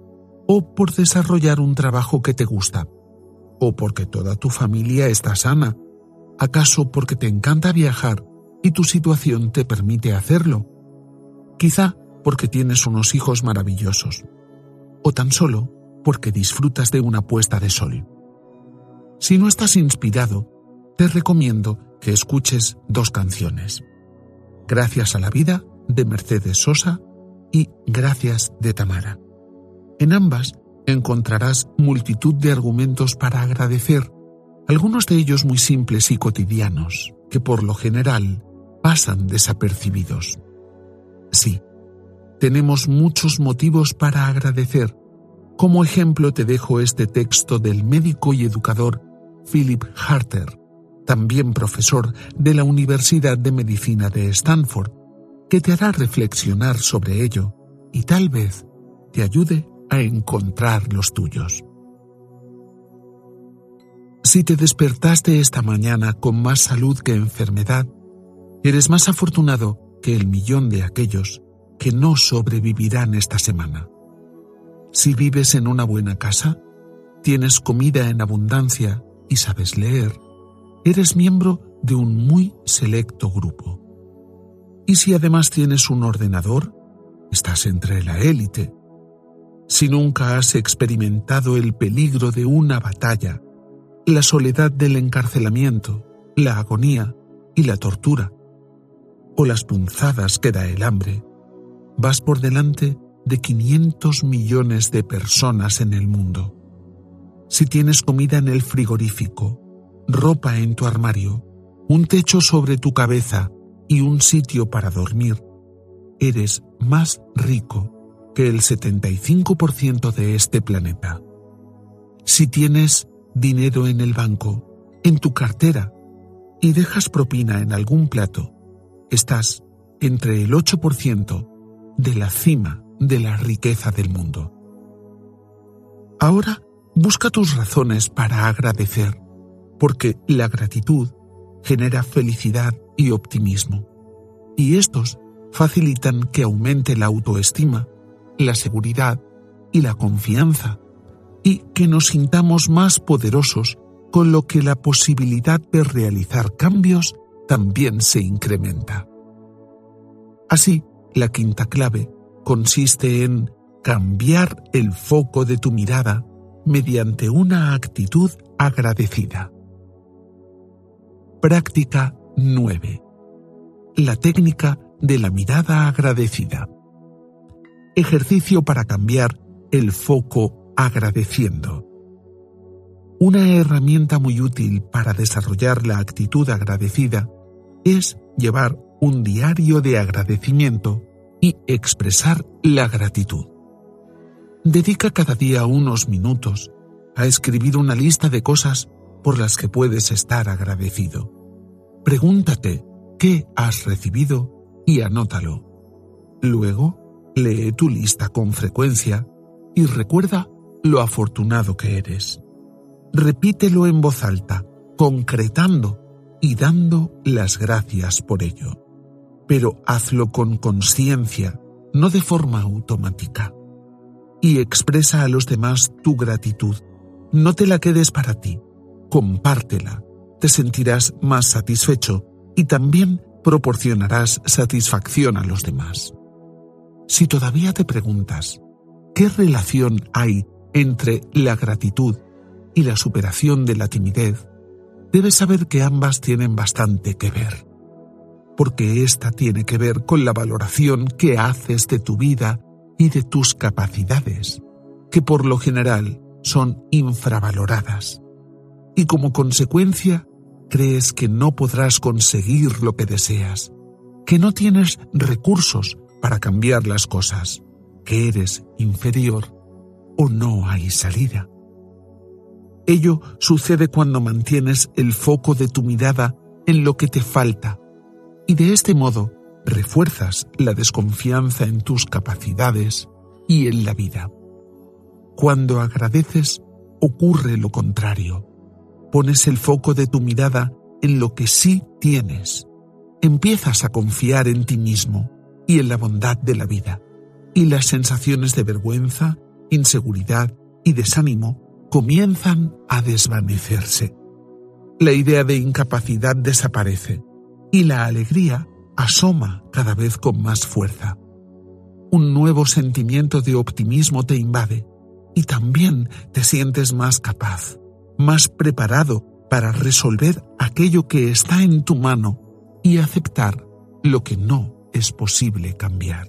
o por desarrollar un trabajo que te gusta, o porque toda tu familia está sana, acaso porque te encanta viajar y tu situación te permite hacerlo, quizá porque tienes unos hijos maravillosos, o tan solo porque disfrutas de una puesta de sol. Si no estás inspirado, te recomiendo que escuches 2 canciones: Gracias a la vida, de Mercedes Sosa, y Gracias, de Tamara. En ambas encontrarás multitud de argumentos para agradecer, algunos de ellos muy simples y cotidianos, que por lo general pasan desapercibidos. Sí, tenemos muchos motivos para agradecer. Como ejemplo te dejo este texto del médico y educador Philip Harter, también profesor de la Universidad de Medicina de Stanford, que te hará reflexionar sobre ello y tal vez te ayude a encontrar los tuyos. Si te despertaste esta mañana con más salud que enfermedad, eres más afortunado que el millón de aquellos que no sobrevivirán esta semana. Si vives en una buena casa, tienes comida en abundancia y sabes leer, eres miembro de un muy selecto grupo. Y si además tienes un ordenador, estás entre la élite. Si nunca has experimentado el peligro de una batalla, la soledad del encarcelamiento, la agonía y la tortura, o las punzadas que da el hambre, vas por delante de 500 millones de personas en el mundo. Si tienes comida en el frigorífico, ropa en tu armario, un techo sobre tu cabeza y un sitio para dormir, eres más rico que el 75% de este planeta. Si tienes dinero en el banco, en tu cartera, y dejas propina en algún plato, estás entre el 8% de la cima de la riqueza del mundo. Ahora busca tus razones para agradecer, porque la gratitud genera felicidad y optimismo, y estos facilitan que aumente la autoestima, la seguridad y la confianza, y que nos sintamos más poderosos, con lo que la posibilidad de realizar cambios también se incrementa. Así, la quinta clave consiste en cambiar el foco de tu mirada mediante una actitud agradecida. Práctica 9. La técnica de la mirada agradecida. Ejercicio para cambiar el foco agradeciendo. Una herramienta muy útil para desarrollar la actitud agradecida es llevar un diario de agradecimiento y expresar la gratitud. Dedica cada día unos minutos a escribir una lista de cosas por las que puedes estar agradecido. Pregúntate qué has recibido y anótalo. Luego, lee tu lista con frecuencia y recuerda lo afortunado que eres. Repítelo en voz alta, concretando y dando las gracias por ello. Pero hazlo con conciencia, no de forma automática. Y expresa a los demás tu gratitud. No te la quedes para ti, compártela. Te sentirás más satisfecho y también proporcionarás satisfacción a los demás. Si todavía te preguntas, ¿qué relación hay entre la gratitud y la superación de la timidez? Debes saber que ambas tienen bastante que ver, porque esta tiene que ver con la valoración que haces de tu vida y de tus capacidades, que por lo general son infravaloradas, y como consecuencia crees que no podrás conseguir lo que deseas, que no tienes recursos para cambiar las cosas, que eres inferior o no hay salida. Ello sucede cuando mantienes el foco de tu mirada en lo que te falta y de este modo refuerzas la desconfianza en tus capacidades y en la vida. Cuando agradeces, ocurre lo contrario. Pones el foco de tu mirada en lo que sí tienes. Empiezas a confiar en ti mismo y en la bondad de la vida, y las sensaciones de vergüenza, inseguridad y desánimo comienzan a desvanecerse. La idea de incapacidad desaparece y la alegría asoma cada vez con más fuerza. Un nuevo sentimiento de optimismo te invade y también te sientes más capaz, más preparado para resolver aquello que está en tu mano y aceptar lo que no es posible cambiar.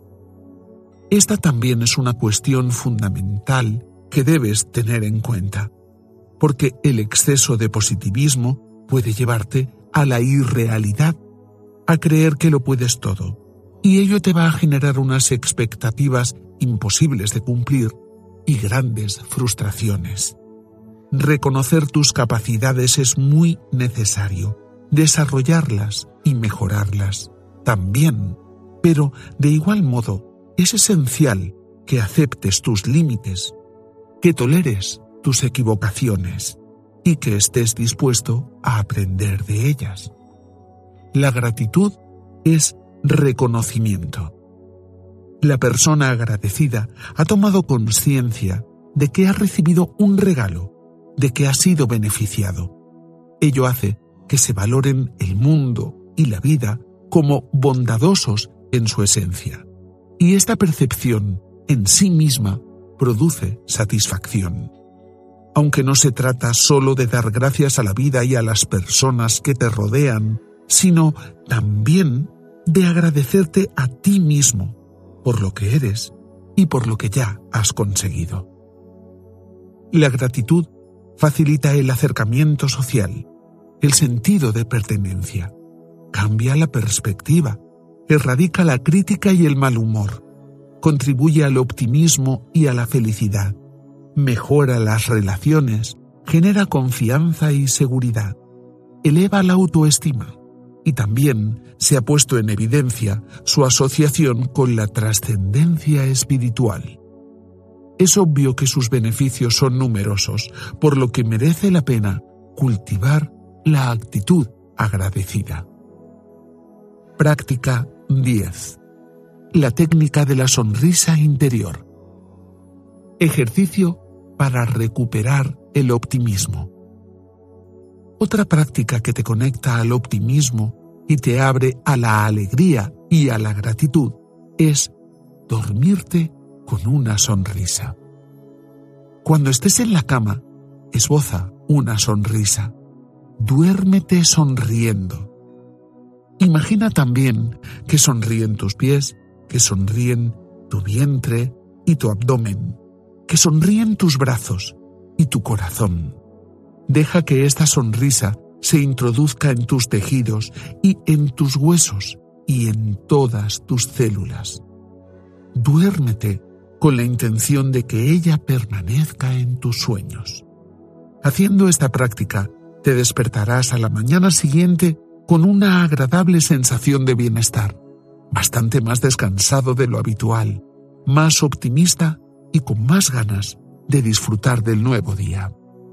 Esta también es una cuestión fundamental que debes tener en cuenta, porque el exceso de positivismo puede llevarte a la irrealidad, a creer que lo puedes todo, y ello te va a generar unas expectativas imposibles de cumplir y grandes frustraciones. Reconocer tus capacidades es muy necesario, desarrollarlas y mejorarlas también, pero de igual modo es esencial que aceptes tus límites, que toleres tus equivocaciones y que estés dispuesto a aprender de ellas. La gratitud es reconocimiento. La persona agradecida ha tomado conciencia de que ha recibido un regalo, de que ha sido beneficiado. Ello hace que se valoren el mundo y la vida como bondadosos en su esencia. Y esta percepción en sí misma produce satisfacción. Aunque no se trata solo de dar gracias a la vida y a las personas que te rodean, sino también de agradecerte a ti mismo por lo que eres y por lo que ya has conseguido. La gratitud facilita el acercamiento social, el sentido de pertenencia, cambia la perspectiva, erradica la crítica y el mal humor, contribuye al optimismo y a la felicidad, mejora las relaciones, genera confianza y seguridad, eleva la autoestima y también se ha puesto en evidencia su asociación con la trascendencia espiritual. Es obvio que sus beneficios son numerosos, por lo que merece la pena cultivar la actitud agradecida. Práctica 10. La técnica de la sonrisa interior. Ejercicio para recuperar el optimismo. Otra práctica que te conecta al optimismo y te abre a la alegría y a la gratitud es dormirte con una sonrisa. Cuando estés en la cama, esboza una sonrisa. Duérmete sonriendo. Imagina también que sonríen tus pies, que sonríen tu vientre y tu abdomen, que sonríen tus brazos y tu corazón. Deja que esta sonrisa se introduzca en tus tejidos y en tus huesos y en todas tus células. Duérmete con la intención de que ella permanezca en tus sueños. Haciendo esta práctica, te despertarás a la mañana siguiente con una agradable sensación de bienestar, bastante más descansado de lo habitual, más optimista y con más ganas de disfrutar del nuevo día.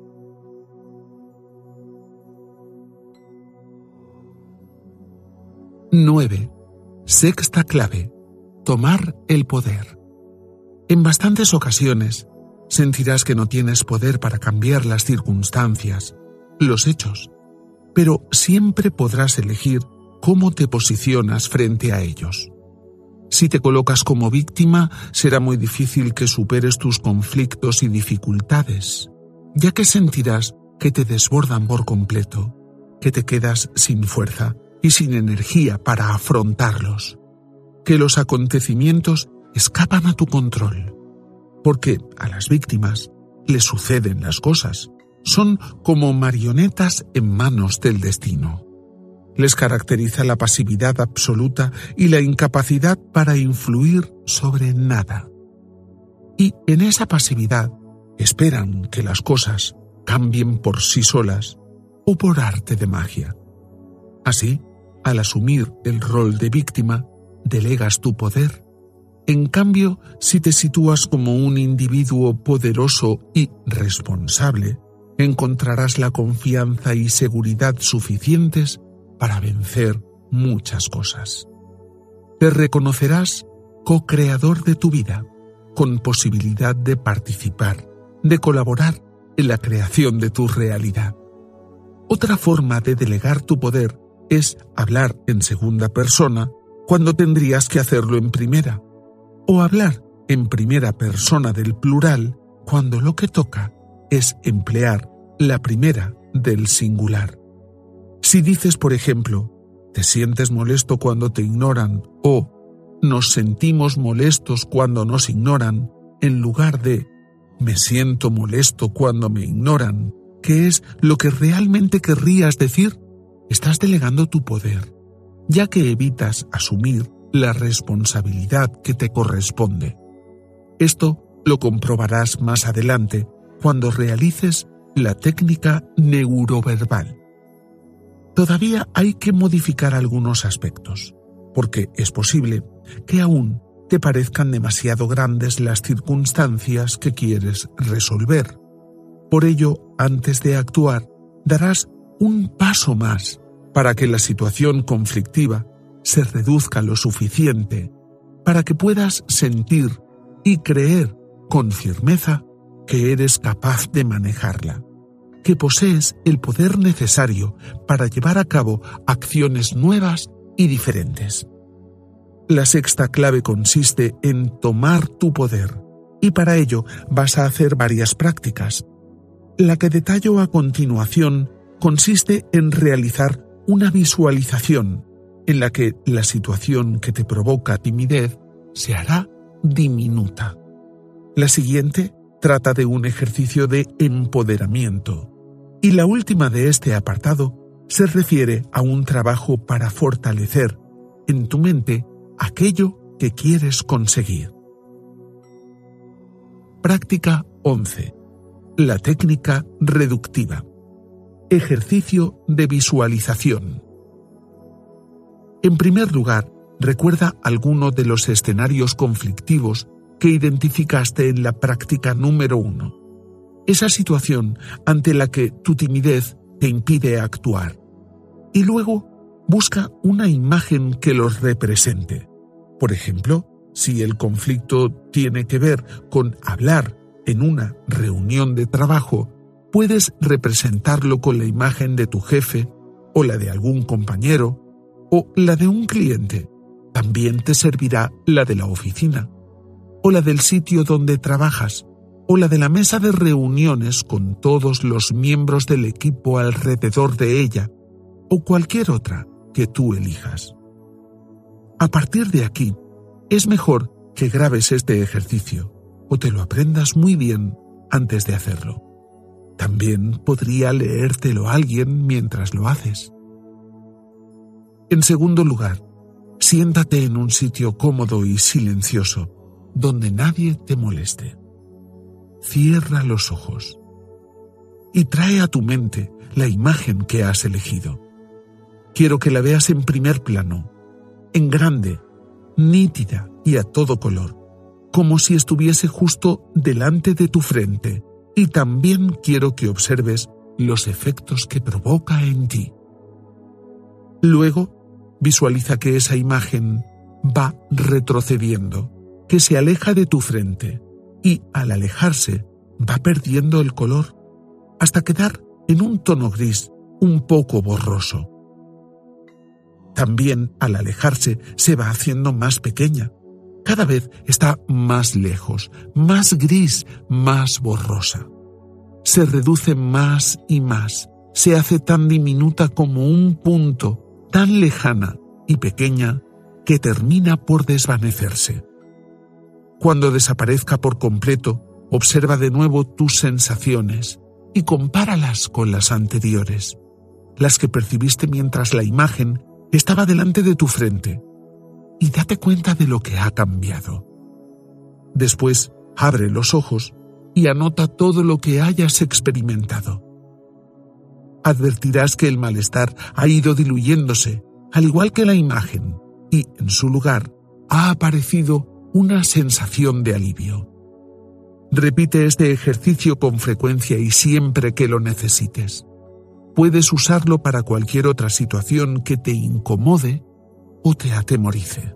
¡9! Sexta clave: tomar el poder. En bastantes ocasiones sentirás que no tienes poder para cambiar las circunstancias, los hechos, pero siempre podrás elegir cómo te posicionas frente a ellos. Si te colocas como víctima, será muy difícil que superes tus conflictos y dificultades, ya que sentirás que te desbordan por completo, que te quedas sin fuerza y sin energía para afrontarlos, que los acontecimientos escapan a tu control, porque a las víctimas les suceden las cosas, son como marionetas en manos del destino. Les caracteriza la pasividad absoluta y la incapacidad para influir sobre nada. Y en esa pasividad esperan que las cosas cambien por sí solas o por arte de magia. Así, al asumir el rol de víctima, delegas tu poder. En cambio, si te sitúas como un individuo poderoso y responsable, encontrarás la confianza y seguridad suficientes para vencer muchas cosas. Te reconocerás co-creador de tu vida, con posibilidad de participar, de colaborar en la creación de tu realidad. Otra forma de delegar tu poder es hablar en segunda persona cuando tendrías que hacerlo en primera, o hablar en primera persona del plural cuando lo que toca es emplear la primera del singular. Si dices, por ejemplo, te sientes molesto cuando te ignoran o nos sentimos molestos cuando nos ignoran, en lugar de me siento molesto cuando me ignoran, que es lo que realmente querrías decir, estás delegando tu poder, ya que evitas asumir la responsabilidad que te corresponde. Esto lo comprobarás más adelante cuando realices la técnica neuroverbal. Todavía hay que modificar algunos aspectos, porque es posible que aún te parezcan demasiado grandes las circunstancias que quieres resolver. Por ello, antes de actuar, darás un paso más para que la situación conflictiva se reduzca lo suficiente para que puedas sentir y creer con firmeza que eres capaz de manejarla, que posees el poder necesario para llevar a cabo acciones nuevas y diferentes. La sexta clave consiste en tomar tu poder, y para ello vas a hacer varias prácticas. La que detallo a continuación consiste en realizar una visualización en la que la situación que te provoca timidez se hará diminuta. La siguiente Trata de un ejercicio de empoderamiento. Y la última de este apartado se refiere a un trabajo para fortalecer en tu mente aquello que quieres conseguir. Práctica 11. La técnica reductiva. Ejercicio de visualización. En primer lugar, recuerda alguno de los escenarios conflictivos que identificaste en la práctica número 1. Esa situación ante la que tu timidez te impide actuar. Y luego, busca una imagen que los represente. Por ejemplo, si el conflicto tiene que ver con hablar en una reunión de trabajo, puedes representarlo con la imagen de tu jefe, o la de algún compañero, o la de un cliente. También te servirá la de la oficina, o la del sitio donde trabajas, o la de la mesa de reuniones con todos los miembros del equipo alrededor de ella, o cualquier otra que tú elijas. A partir de aquí, es mejor que grabes este ejercicio o te lo aprendas muy bien antes de hacerlo. También podría leértelo alguien mientras lo haces. En segundo lugar, siéntate en un sitio cómodo y silencioso, donde nadie te moleste. Cierra los ojos y trae a tu mente la imagen que has elegido. Quiero que la veas en primer plano, en grande, nítida y a todo color, como si estuviese justo delante de tu frente, y también quiero que observes los efectos que provoca en ti. Luego, visualiza que esa imagen va retrocediendo, que se aleja de tu frente, y al alejarse va perdiendo el color, hasta quedar en un tono gris un poco borroso. También al alejarse se va haciendo más pequeña. Cada vez está más lejos, más gris, más borrosa. Se reduce más y más. Se hace tan diminuta como un punto, tan lejana y pequeña que termina por desvanecerse. Cuando desaparezca por completo, observa de nuevo tus sensaciones y compáralas con las anteriores, las que percibiste mientras la imagen estaba delante de tu frente, y date cuenta de lo que ha cambiado. Después, abre los ojos y anota todo lo que hayas experimentado. Advertirás que el malestar ha ido diluyéndose, al igual que la imagen, y en su lugar ha aparecido una sensación de alivio. Repite este ejercicio con frecuencia y siempre que lo necesites. Puedes usarlo para cualquier otra situación que te incomode o te atemorice.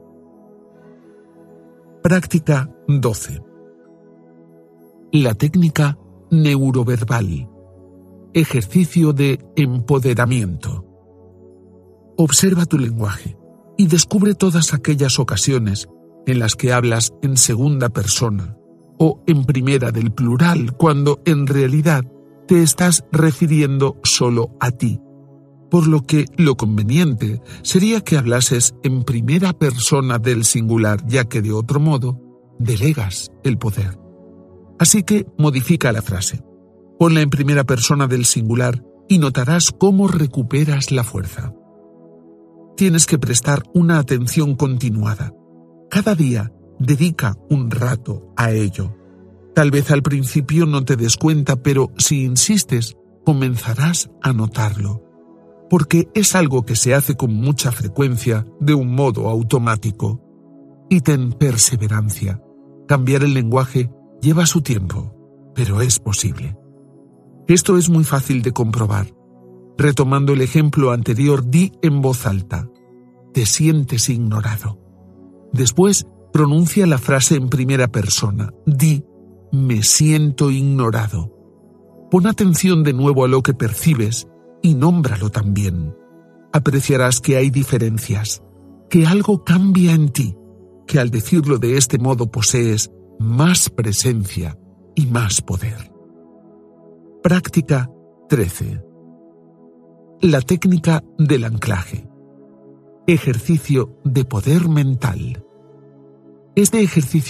Práctica 12. La técnica neuroverbal. Ejercicio de empoderamiento. Observa tu lenguaje y descubre todas aquellas ocasiones en las que hablas en segunda persona o en primera del plural cuando en realidad te estás refiriendo solo a ti, por lo que lo conveniente sería que hablases en primera persona del singular, ya que de otro modo delegas el poder. Así que modifica la frase. Ponla en primera persona del singular y notarás cómo recuperas la fuerza. Tienes que prestar una atención continuada. Cada día dedica un rato a ello. Tal vez al principio no te des cuenta, pero si insistes, comenzarás a notarlo, porque es algo que se hace con mucha frecuencia de un modo automático. Y ten perseverancia. Cambiar el lenguaje lleva su tiempo, pero es posible. Esto es muy fácil de comprobar. Retomando el ejemplo anterior, di en voz alta: te sientes ignorado. Después, pronuncia la frase en primera persona. Di: me siento ignorado. Pon atención de nuevo a lo que percibes y nómbralo también. Apreciarás que hay diferencias, que algo cambia en ti, que al decirlo de este modo posees más presencia y más poder. Práctica 13. La técnica del anclaje. Ejercicio de poder mental. Este ejercicio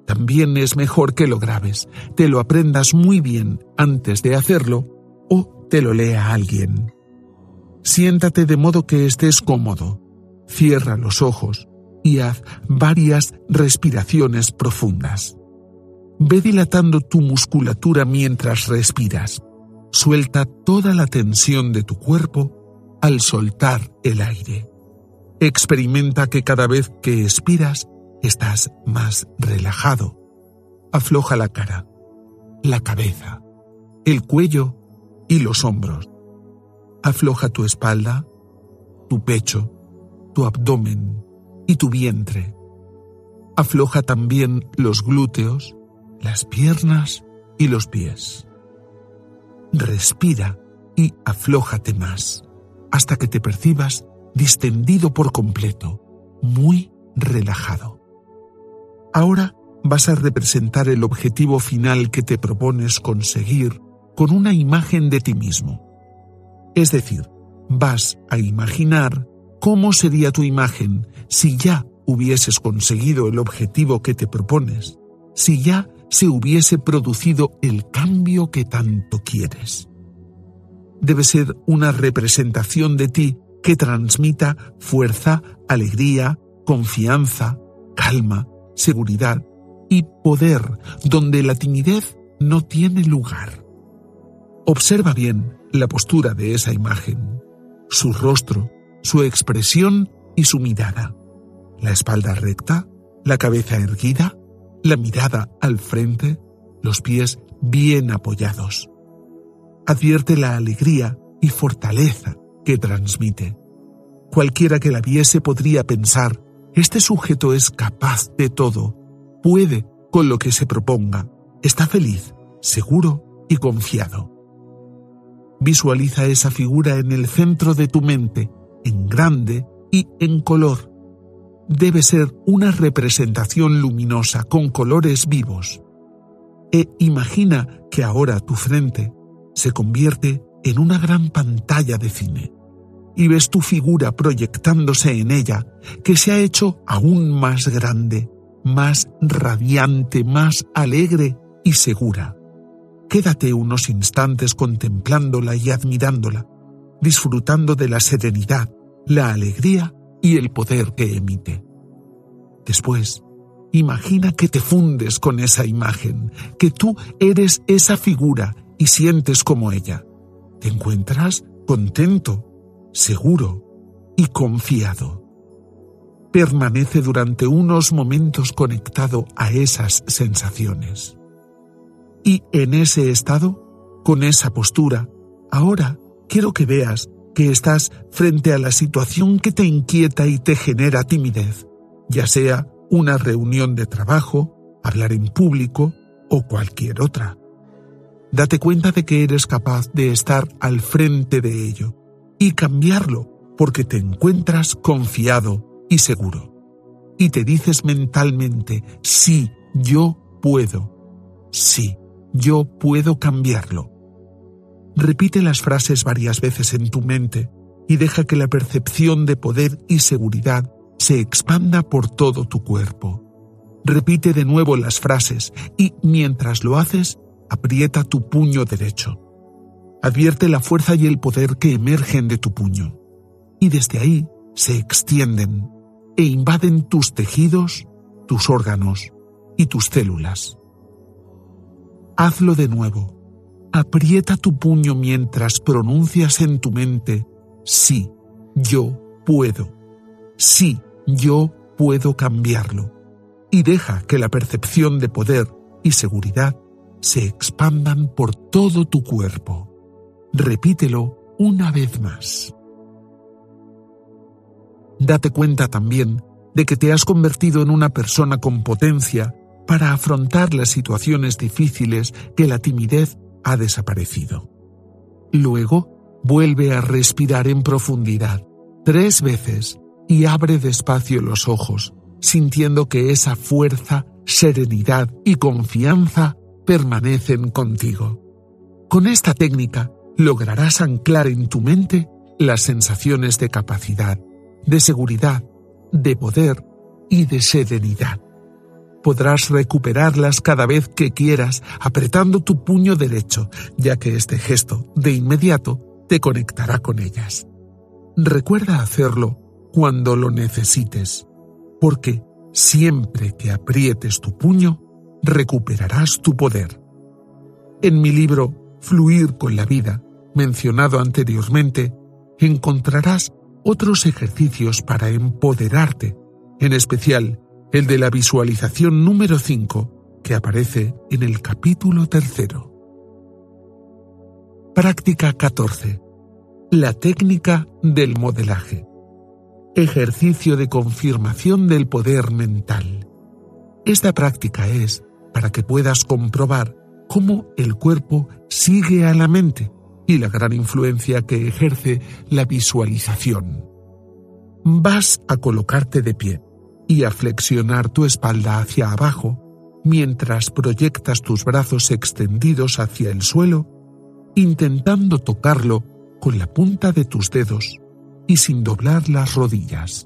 También es mejor que lo grabes, te lo aprendas muy bien antes de hacerlo o te lo lea alguien. Siéntate de modo que estés cómodo, cierra los ojos y haz varias respiraciones profundas. Ve dilatando tu musculatura mientras respiras. Suelta toda la tensión de tu cuerpo al soltar el aire. Experimenta que cada vez que expiras estás más relajado. Afloja la cara, la cabeza, el cuello y los hombros. Afloja tu espalda, tu pecho, tu abdomen y tu vientre. Afloja también los glúteos, las piernas y los pies. Respira y aflójate más, hasta que te percibas distendido por completo, muy relajado. Ahora vas a representar el objetivo final que te propones conseguir con una imagen de ti mismo. Es decir, vas a imaginar cómo sería tu imagen si ya hubieses conseguido el objetivo que te propones, si ya se hubiese producido el cambio que tanto quieres. Debe ser una representación de ti que transmita fuerza, alegría, confianza, calma, seguridad y poder, donde la timidez no tiene lugar. Observa bien la postura de esa imagen, su rostro, su expresión y su mirada. La espalda recta, la cabeza erguida, la mirada al frente, los pies bien apoyados. Advierte la alegría y fortaleza que transmite. Cualquiera que la viese podría pensar: este sujeto es capaz de todo, puede con lo que se proponga, está feliz, seguro y confiado. Visualiza esa figura en el centro de tu mente, en grande y en color. Debe ser una representación luminosa con colores vivos. E imagina que ahora tu frente se convierte en una gran pantalla de cine y ves tu figura proyectándose en ella, que se ha hecho aún más grande, más radiante, más alegre y segura. Quédate unos instantes contemplándola y admirándola, disfrutando de la serenidad, la alegría y el poder que emite. Después, imagina que te fundes con esa imagen, que tú eres esa figura y sientes como ella. Te encuentras contento, seguro y confiado. Permanece durante unos momentos conectado a esas sensaciones. Y en ese estado, con esa postura, ahora quiero que veas que estás frente a la situación que te inquieta y te genera timidez, ya sea una reunión de trabajo, hablar en público o cualquier otra. Date cuenta de que eres capaz de estar al frente de ello y cambiarlo porque te encuentras confiado y seguro. Y te dices mentalmente: sí, yo puedo. Sí, yo puedo cambiarlo. Repite las frases varias veces en tu mente y deja que la percepción de poder y seguridad se expanda por todo tu cuerpo. Repite de nuevo las frases y, mientras lo haces, aprieta tu puño derecho. Advierte la fuerza y el poder que emergen de tu puño, y desde ahí se extienden e invaden tus tejidos, tus órganos y tus células. Hazlo de nuevo. Aprieta tu puño mientras pronuncias en tu mente: sí, yo puedo. Sí, yo puedo cambiarlo. Y deja que la percepción de poder y seguridad se expandan por todo tu cuerpo. Repítelo una vez más. Date cuenta también de que te has convertido en una persona con potencia para afrontar las situaciones difíciles, que la timidez ha desaparecido. Luego, vuelve a respirar en profundidad 3 veces y abre despacio los ojos, sintiendo que esa fuerza, serenidad y confianza permanecen contigo. Con esta técnica lograrás anclar en tu mente las sensaciones de capacidad, de seguridad, de poder y de serenidad. podrás recuperarlas cada vez que quieras apretando tu puño derecho, ya que este gesto, de inmediato, te conectará con ellas. Recuerda hacerlo cuando lo necesites, porque siempre que aprietes tu puño, recuperarás tu poder. En mi libro Fluir con la vida, mencionado anteriormente, encontrarás otros ejercicios para empoderarte, en especial el de la visualización número 5, que aparece en el capítulo 3. Práctica 14. La técnica del modelaje. Ejercicio de confirmación del poder mental. Esta práctica es para que puedas comprobar cómo el cuerpo sigue a la mente y la gran influencia que ejerce la visualización. Vas a colocarte de pie y a flexionar tu espalda hacia abajo mientras proyectas tus brazos extendidos hacia el suelo, intentando tocarlo con la punta de tus dedos y sin doblar las rodillas.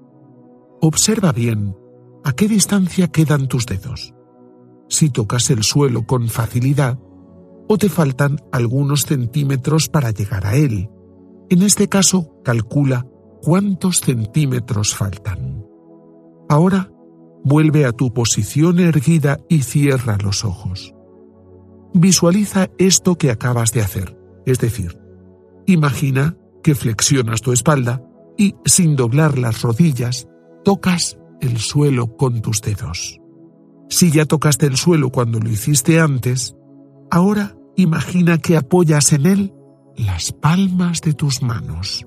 Observa bien a qué distancia quedan tus dedos, si tocas el suelo con facilidad o te faltan algunos centímetros para llegar a él. En este caso, calcula cuántos centímetros faltan. Ahora, vuelve a tu posición erguida y cierra los ojos. Visualiza esto que acabas de hacer, es decir, imagina que flexionas tu espalda y, sin doblar las rodillas, tocas el suelo con tus dedos. Si ya tocaste el suelo cuando lo hiciste antes, ahora imagina que apoyas en él las palmas de tus manos.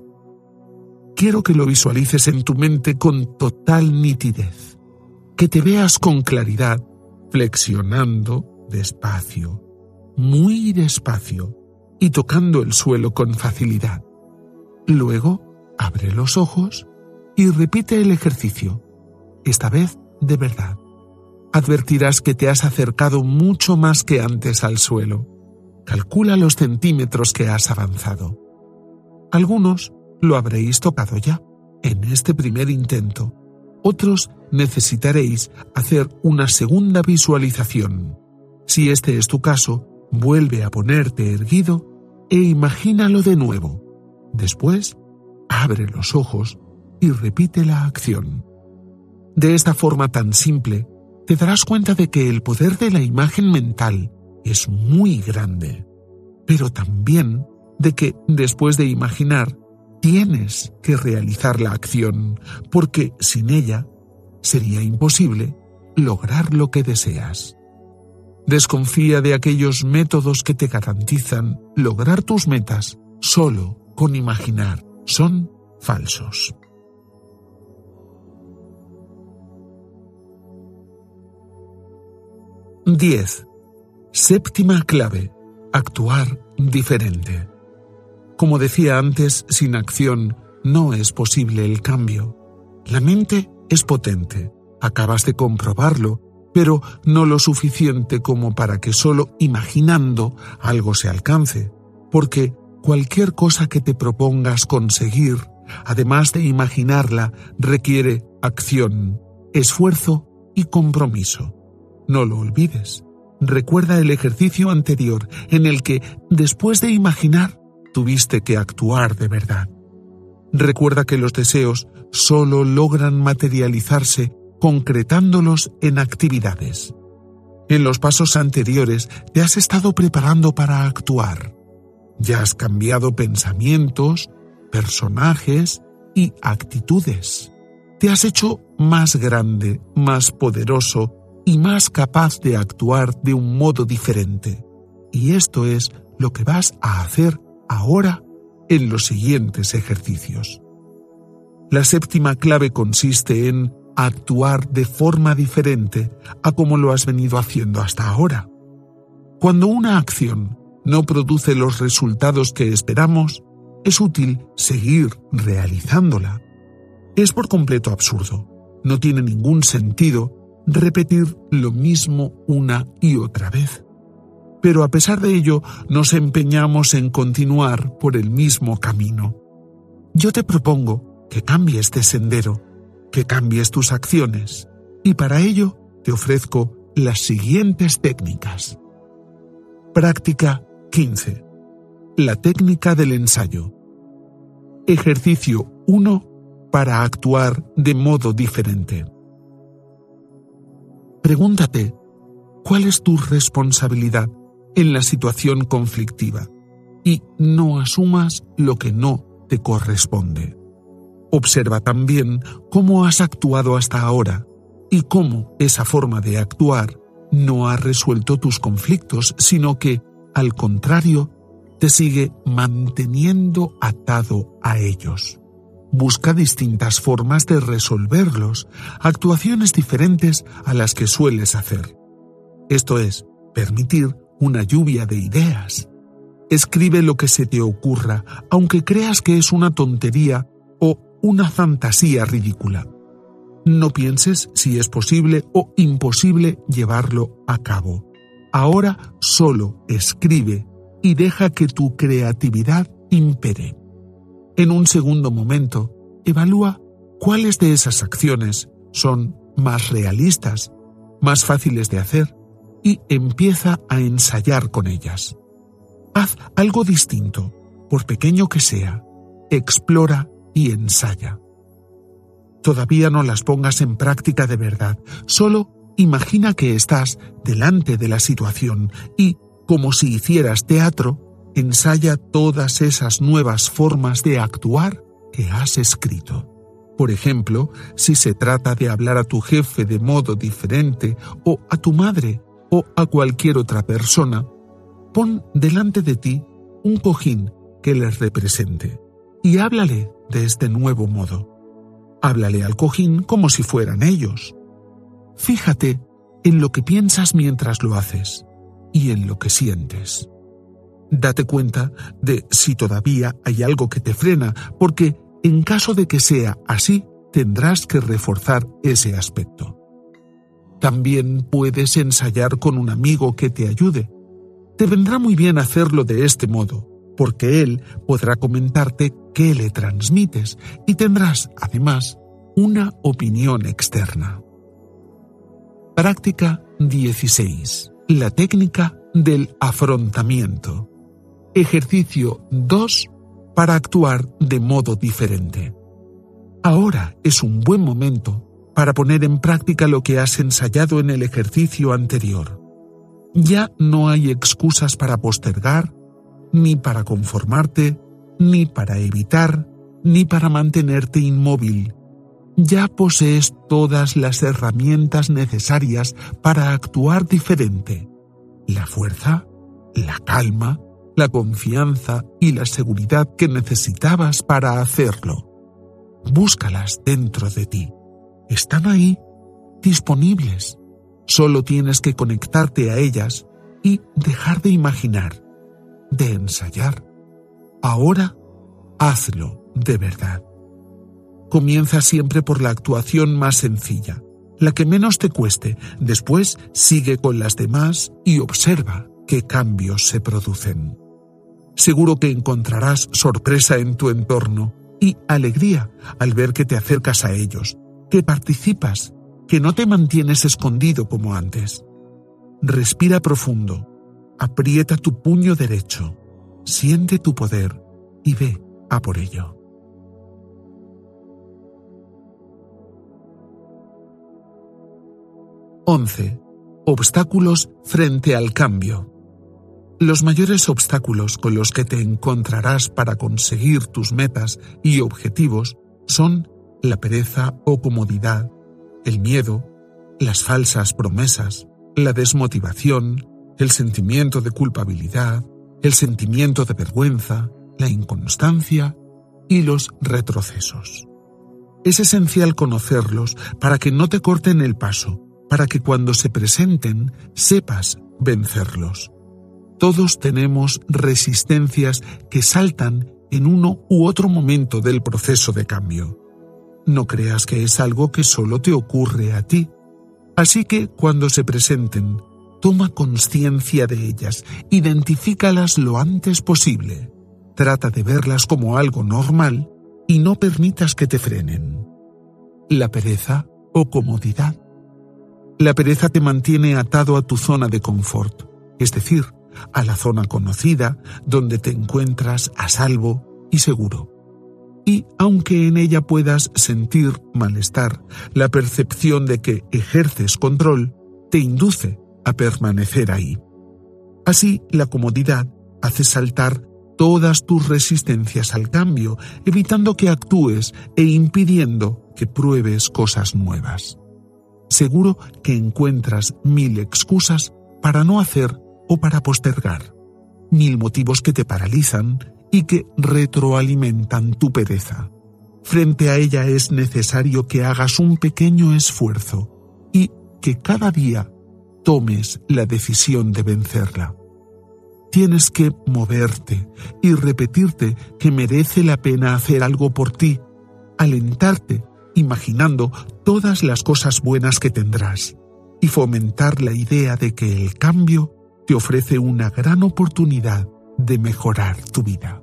Quiero que lo visualices en tu mente con total nitidez, que te veas con claridad, flexionando despacio, muy despacio, y tocando el suelo con facilidad. Luego, abre los ojos y repite el ejercicio, esta vez de verdad. Advertirás que te has acercado mucho más que antes al suelo. Calcula los centímetros que has avanzado. Algunos lo habréis tocado ya, en este primer intento. Otros necesitaréis hacer una segunda visualización. Si este es tu caso, vuelve a ponerte erguido e imagínalo de nuevo. Después, abre los ojos y repite la acción. De esta forma tan simple, te darás cuenta de que el poder de la imagen mental es muy grande, pero también de que después de imaginar, tienes que realizar la acción, porque sin ella sería imposible lograr lo que deseas. Desconfía de aquellos métodos que te garantizan lograr tus metas solo con imaginar. Son falsos. (10) Séptima clave: actuar diferente. Como decía antes, sin acción no es posible el cambio. La mente es potente, acabas de comprobarlo, pero no lo suficiente como para que solo imaginando algo se alcance, porque cualquier cosa que te propongas conseguir, además de imaginarla, requiere acción, esfuerzo y compromiso. No lo olvides. Recuerda el ejercicio anterior en el que, después de imaginar, tuviste que actuar de verdad. Recuerda que los deseos solo logran materializarse concretándolos en actividades. En los pasos anteriores te has estado preparando para actuar. Ya has cambiado pensamientos, personajes y actitudes. Te has hecho más grande, más poderoso y más capaz de actuar de un modo diferente. Y esto es lo que vas a hacer ahora en los siguientes ejercicios. La séptima clave consiste en actuar de forma diferente a como lo has venido haciendo hasta ahora. Cuando una acción no produce los resultados que esperamos, es útil seguir realizándola. Es por completo absurdo. No tiene ningún sentido repetir lo mismo una y otra vez. Pero a pesar de ello, nos empeñamos en continuar por el mismo camino. Yo te propongo que cambies de sendero, que cambies tus acciones, y para ello te ofrezco las siguientes técnicas. Práctica 15. La técnica del ensayo. Ejercicio 1 para actuar de modo diferente. Pregúntate, ¿cuál es tu responsabilidad en la situación conflictiva? Y no asumas lo que no te corresponde. Observa también cómo has actuado hasta ahora y cómo esa forma de actuar no ha resuelto tus conflictos, sino que, al contrario, te sigue manteniendo atado a ellos. Busca distintas formas de resolverlos, actuaciones diferentes a las que sueles hacer. Esto es, permitir una lluvia de ideas. Escribe lo que se te ocurra, aunque creas que es una tontería o una fantasía ridícula. No pienses si es posible o imposible llevarlo a cabo. Ahora solo escribe y deja que tu creatividad impere. En un segundo momento, evalúa cuáles de esas acciones son más realistas, más fáciles de hacer, y empieza a ensayar con ellas. Haz algo distinto, por pequeño que sea. Explora y ensaya. Todavía no las pongas en práctica de verdad, solo imagina que estás delante de la situación y, como si hicieras teatro, ensaya todas esas nuevas formas de actuar que has escrito. Por ejemplo, si se trata de hablar a tu jefe de modo diferente, o a tu madre, o a cualquier otra persona, pon delante de ti un cojín que les represente y háblale de este nuevo modo. Háblale al cojín como si fueran ellos. Fíjate en lo que piensas mientras lo haces y en lo que sientes. Date cuenta de si todavía hay algo que te frena, porque en caso de que sea así, tendrás que reforzar ese aspecto. También puedes ensayar con un amigo que te ayude. Te vendrá muy bien hacerlo de este modo, porque él podrá comentarte qué le transmites y tendrás, además, una opinión externa. Práctica 16. La técnica del afrontamiento. Ejercicio 2 para actuar de modo diferente. Ahora es un buen momento para poner en práctica lo que has ensayado en el ejercicio anterior. Ya no hay excusas para postergar, ni para conformarte, ni para evitar, ni para mantenerte inmóvil. Ya posees todas las herramientas necesarias para actuar diferente. La fuerza, la calma, la confianza y la seguridad que necesitabas para hacerlo. Búscalas dentro de ti. Están ahí, disponibles. Solo tienes que conectarte a ellas y dejar de imaginar, de ensayar. Ahora, hazlo de verdad. Comienza siempre por la actuación más sencilla, la que menos te cueste. Después sigue con las demás y observa qué cambios se producen. Seguro que encontrarás sorpresa en tu entorno y alegría al ver que te acercas a ellos, que participas, que no te mantienes escondido como antes. Respira profundo, aprieta tu puño derecho, siente tu poder y ve a por ello. (11) Obstáculos frente al cambio. Los mayores obstáculos con los que te encontrarás para conseguir tus metas y objetivos son la pereza o comodidad, el miedo, las falsas promesas, la desmotivación, el sentimiento de culpabilidad, el sentimiento de vergüenza, la inconstancia y los retrocesos. Es esencial conocerlos para que no te corten el paso, para que cuando se presenten sepas vencerlos. Todos tenemos resistencias que saltan en uno u otro momento del proceso de cambio. No creas que es algo que solo te ocurre a ti. Así que cuando se presenten, toma conciencia de ellas, identifícalas lo antes posible. Trata de verlas como algo normal y no permitas que te frenen. La pereza o comodidad. La pereza te mantiene atado a tu zona de confort, es decir, a la zona conocida, donde te encuentras a salvo y seguro. Y aunque en ella puedas sentir malestar, la percepción de que ejerces control te induce a permanecer ahí. Así, la comodidad hace saltar todas tus resistencias al cambio, evitando que actúes e impidiendo que pruebes cosas nuevas. Seguro que encuentras 1000 excusas para no hacer o para postergar, 1000 motivos que te paralizan y que retroalimentan tu pereza. Frente a ella es necesario que hagas un pequeño esfuerzo y que cada día tomes la decisión de vencerla. Tienes que moverte y repetirte que merece la pena hacer algo por ti, alentarte imaginando todas las cosas buenas que tendrás y fomentar la idea de que el cambio te ofrece una gran oportunidad de mejorar tu vida.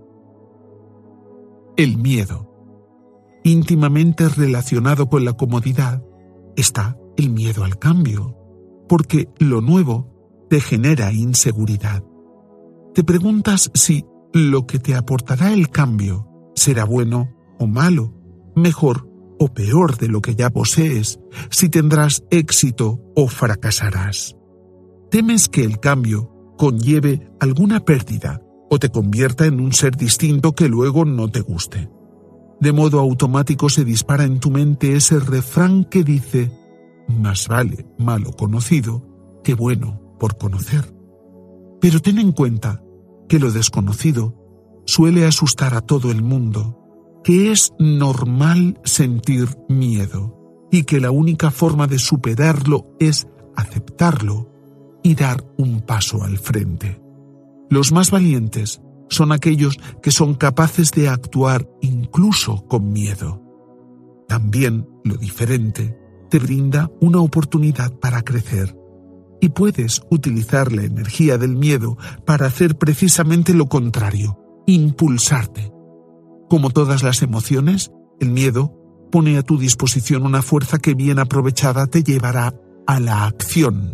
El miedo. Íntimamente relacionado con la comodidad está el miedo al cambio, porque lo nuevo te genera inseguridad. Te preguntas si lo que te aportará el cambio será bueno o malo, mejor o peor de lo que ya posees, si tendrás éxito o fracasarás. Temes que el cambio conlleve alguna pérdida o te convierta en un ser distinto que luego no te guste. De modo automático se dispara en tu mente ese refrán que dice: más vale malo conocido que bueno por conocer. Pero ten en cuenta que lo desconocido suele asustar a todo el mundo, que es normal sentir miedo y que la única forma de superarlo es aceptarlo y dar un paso al frente. Los más valientes son aquellos que son capaces de actuar incluso con miedo. También lo diferente te brinda una oportunidad para crecer y puedes utilizar la energía del miedo para hacer precisamente lo contrario, impulsarte. Como todas las emociones, el miedo pone a tu disposición una fuerza que bien aprovechada te llevará a la acción.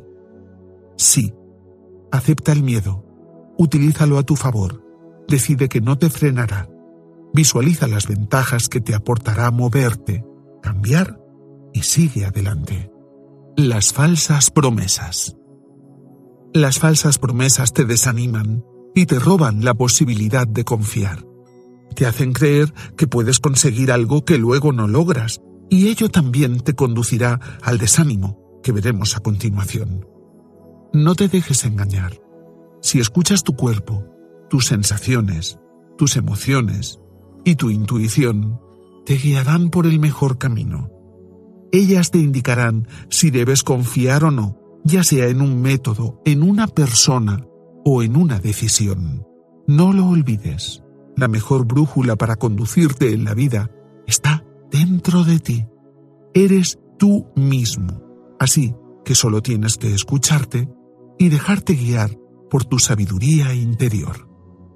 Sí, acepta el miedo, utilízalo a tu favor, decide que no te frenará, visualiza las ventajas que te aportará moverte, cambiar y sigue adelante. Las falsas promesas. Las falsas promesas te desaniman y te roban la posibilidad de confiar. Te hacen creer que puedes conseguir algo que luego no logras, y ello también te conducirá al desánimo, que veremos a continuación. No te dejes engañar. Si escuchas tu cuerpo, tus sensaciones, tus emociones y tu intuición, te guiarán por el mejor camino. Ellas te indicarán si debes confiar o no, ya sea en un método, en una persona o en una decisión. No lo olvides. La mejor brújula para conducirte en la vida está dentro de ti. Eres tú mismo. Así que solo tienes que escucharte y dejarte guiar por tu sabiduría interior.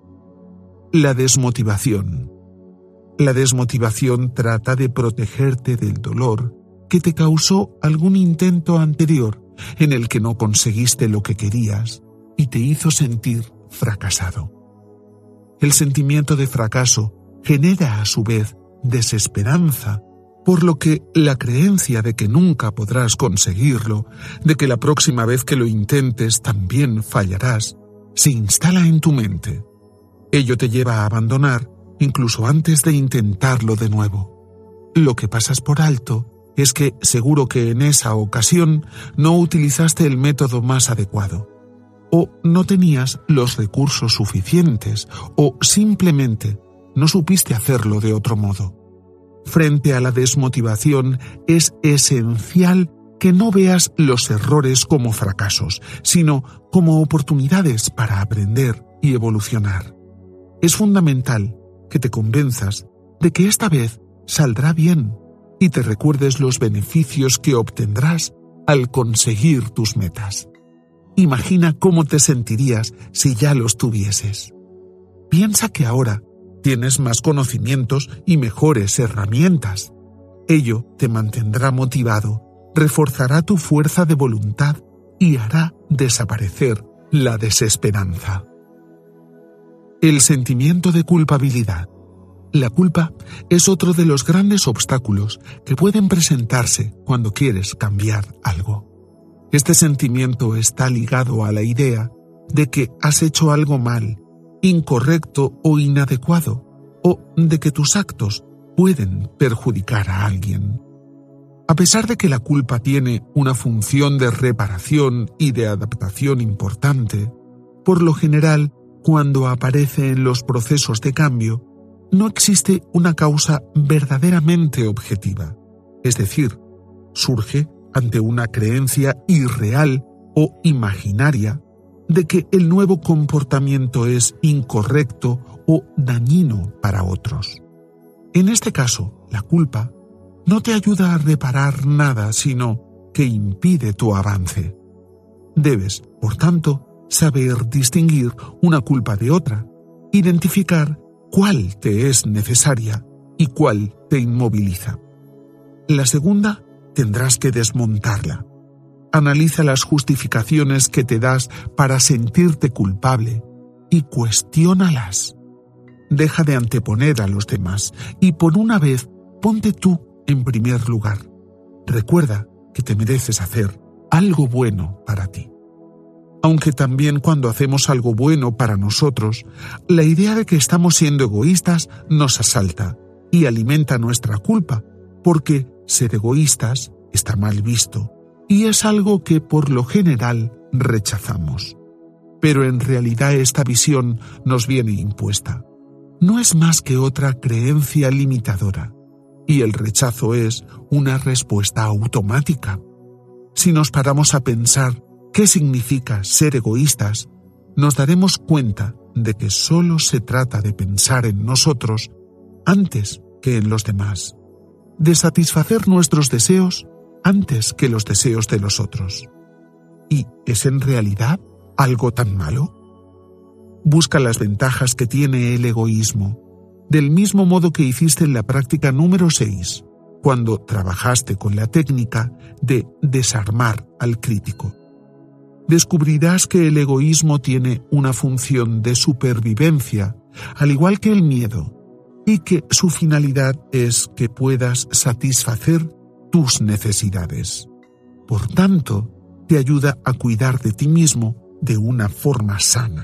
La desmotivación. La desmotivación trata de protegerte del dolor que te causó algún intento anterior en el que no conseguiste lo que querías y te hizo sentir fracasado. El sentimiento de fracaso genera a su vez desesperanza, por lo que la creencia de que nunca podrás conseguirlo, de que la próxima vez que lo intentes también fallarás, se instala en tu mente. Ello te lleva a abandonar incluso antes de intentarlo de nuevo. Lo que pasas por alto es que seguro que en esa ocasión no utilizaste el método más adecuado, o no tenías los recursos suficientes, o simplemente no supiste hacerlo de otro modo. Frente a la desmotivación es esencial que no veas los errores como fracasos, sino como oportunidades para aprender y evolucionar. Es fundamental que te convenzas de que esta vez saldrá bien y te recuerdes los beneficios que obtendrás al conseguir tus metas. Imagina cómo te sentirías si ya los tuvieses. Piensa que ahora tienes más conocimientos y mejores herramientas. Ello te mantendrá motivado reforzará tu fuerza de voluntad y hará desaparecer la desesperanza. El sentimiento de culpabilidad. La culpa es otro de los grandes obstáculos que pueden presentarse cuando quieres cambiar algo. Este sentimiento está ligado a la idea de que has hecho algo mal, incorrecto o inadecuado, o de que tus actos pueden perjudicar a alguien. A pesar de que la culpa tiene una función de reparación y de adaptación importante, por lo general, cuando aparece en los procesos de cambio, no existe una causa verdaderamente objetiva, es decir, surge ante una creencia irreal o imaginaria de que el nuevo comportamiento es incorrecto o dañino para otros. En este caso, la culpa no te ayuda a reparar nada, sino que impide tu avance. Debes, por tanto, saber distinguir una culpa de otra, identificar cuál te es necesaria y cuál te inmoviliza. La segunda tendrás que desmontarla. Analiza las justificaciones que te das para sentirte culpable y cuestiónalas. Deja de anteponer a los demás y por una vez ponte tú en primer lugar. Recuerda que te mereces hacer algo bueno para ti. Aunque también cuando hacemos algo bueno para nosotros, la idea de que estamos siendo egoístas nos asalta y alimenta nuestra culpa, porque ser egoístas está mal visto y es algo que por lo general rechazamos. Pero en realidad esta visión nos viene impuesta. No es más que otra creencia limitadora, y el rechazo es una respuesta automática. Si nos paramos a pensar qué significa ser egoístas, nos daremos cuenta de que solo se trata de pensar en nosotros antes que en los demás, de satisfacer nuestros deseos antes que los deseos de los otros. ¿Y es en realidad algo tan malo? Busca las ventajas que tiene el egoísmo, del mismo modo que hiciste en la práctica número 6, cuando trabajaste con la técnica de desarmar al crítico. Descubrirás que el egoísmo tiene una función de supervivencia, al igual que el miedo, y que su finalidad es que puedas satisfacer tus necesidades. Por tanto, te ayuda a cuidar de ti mismo de una forma sana.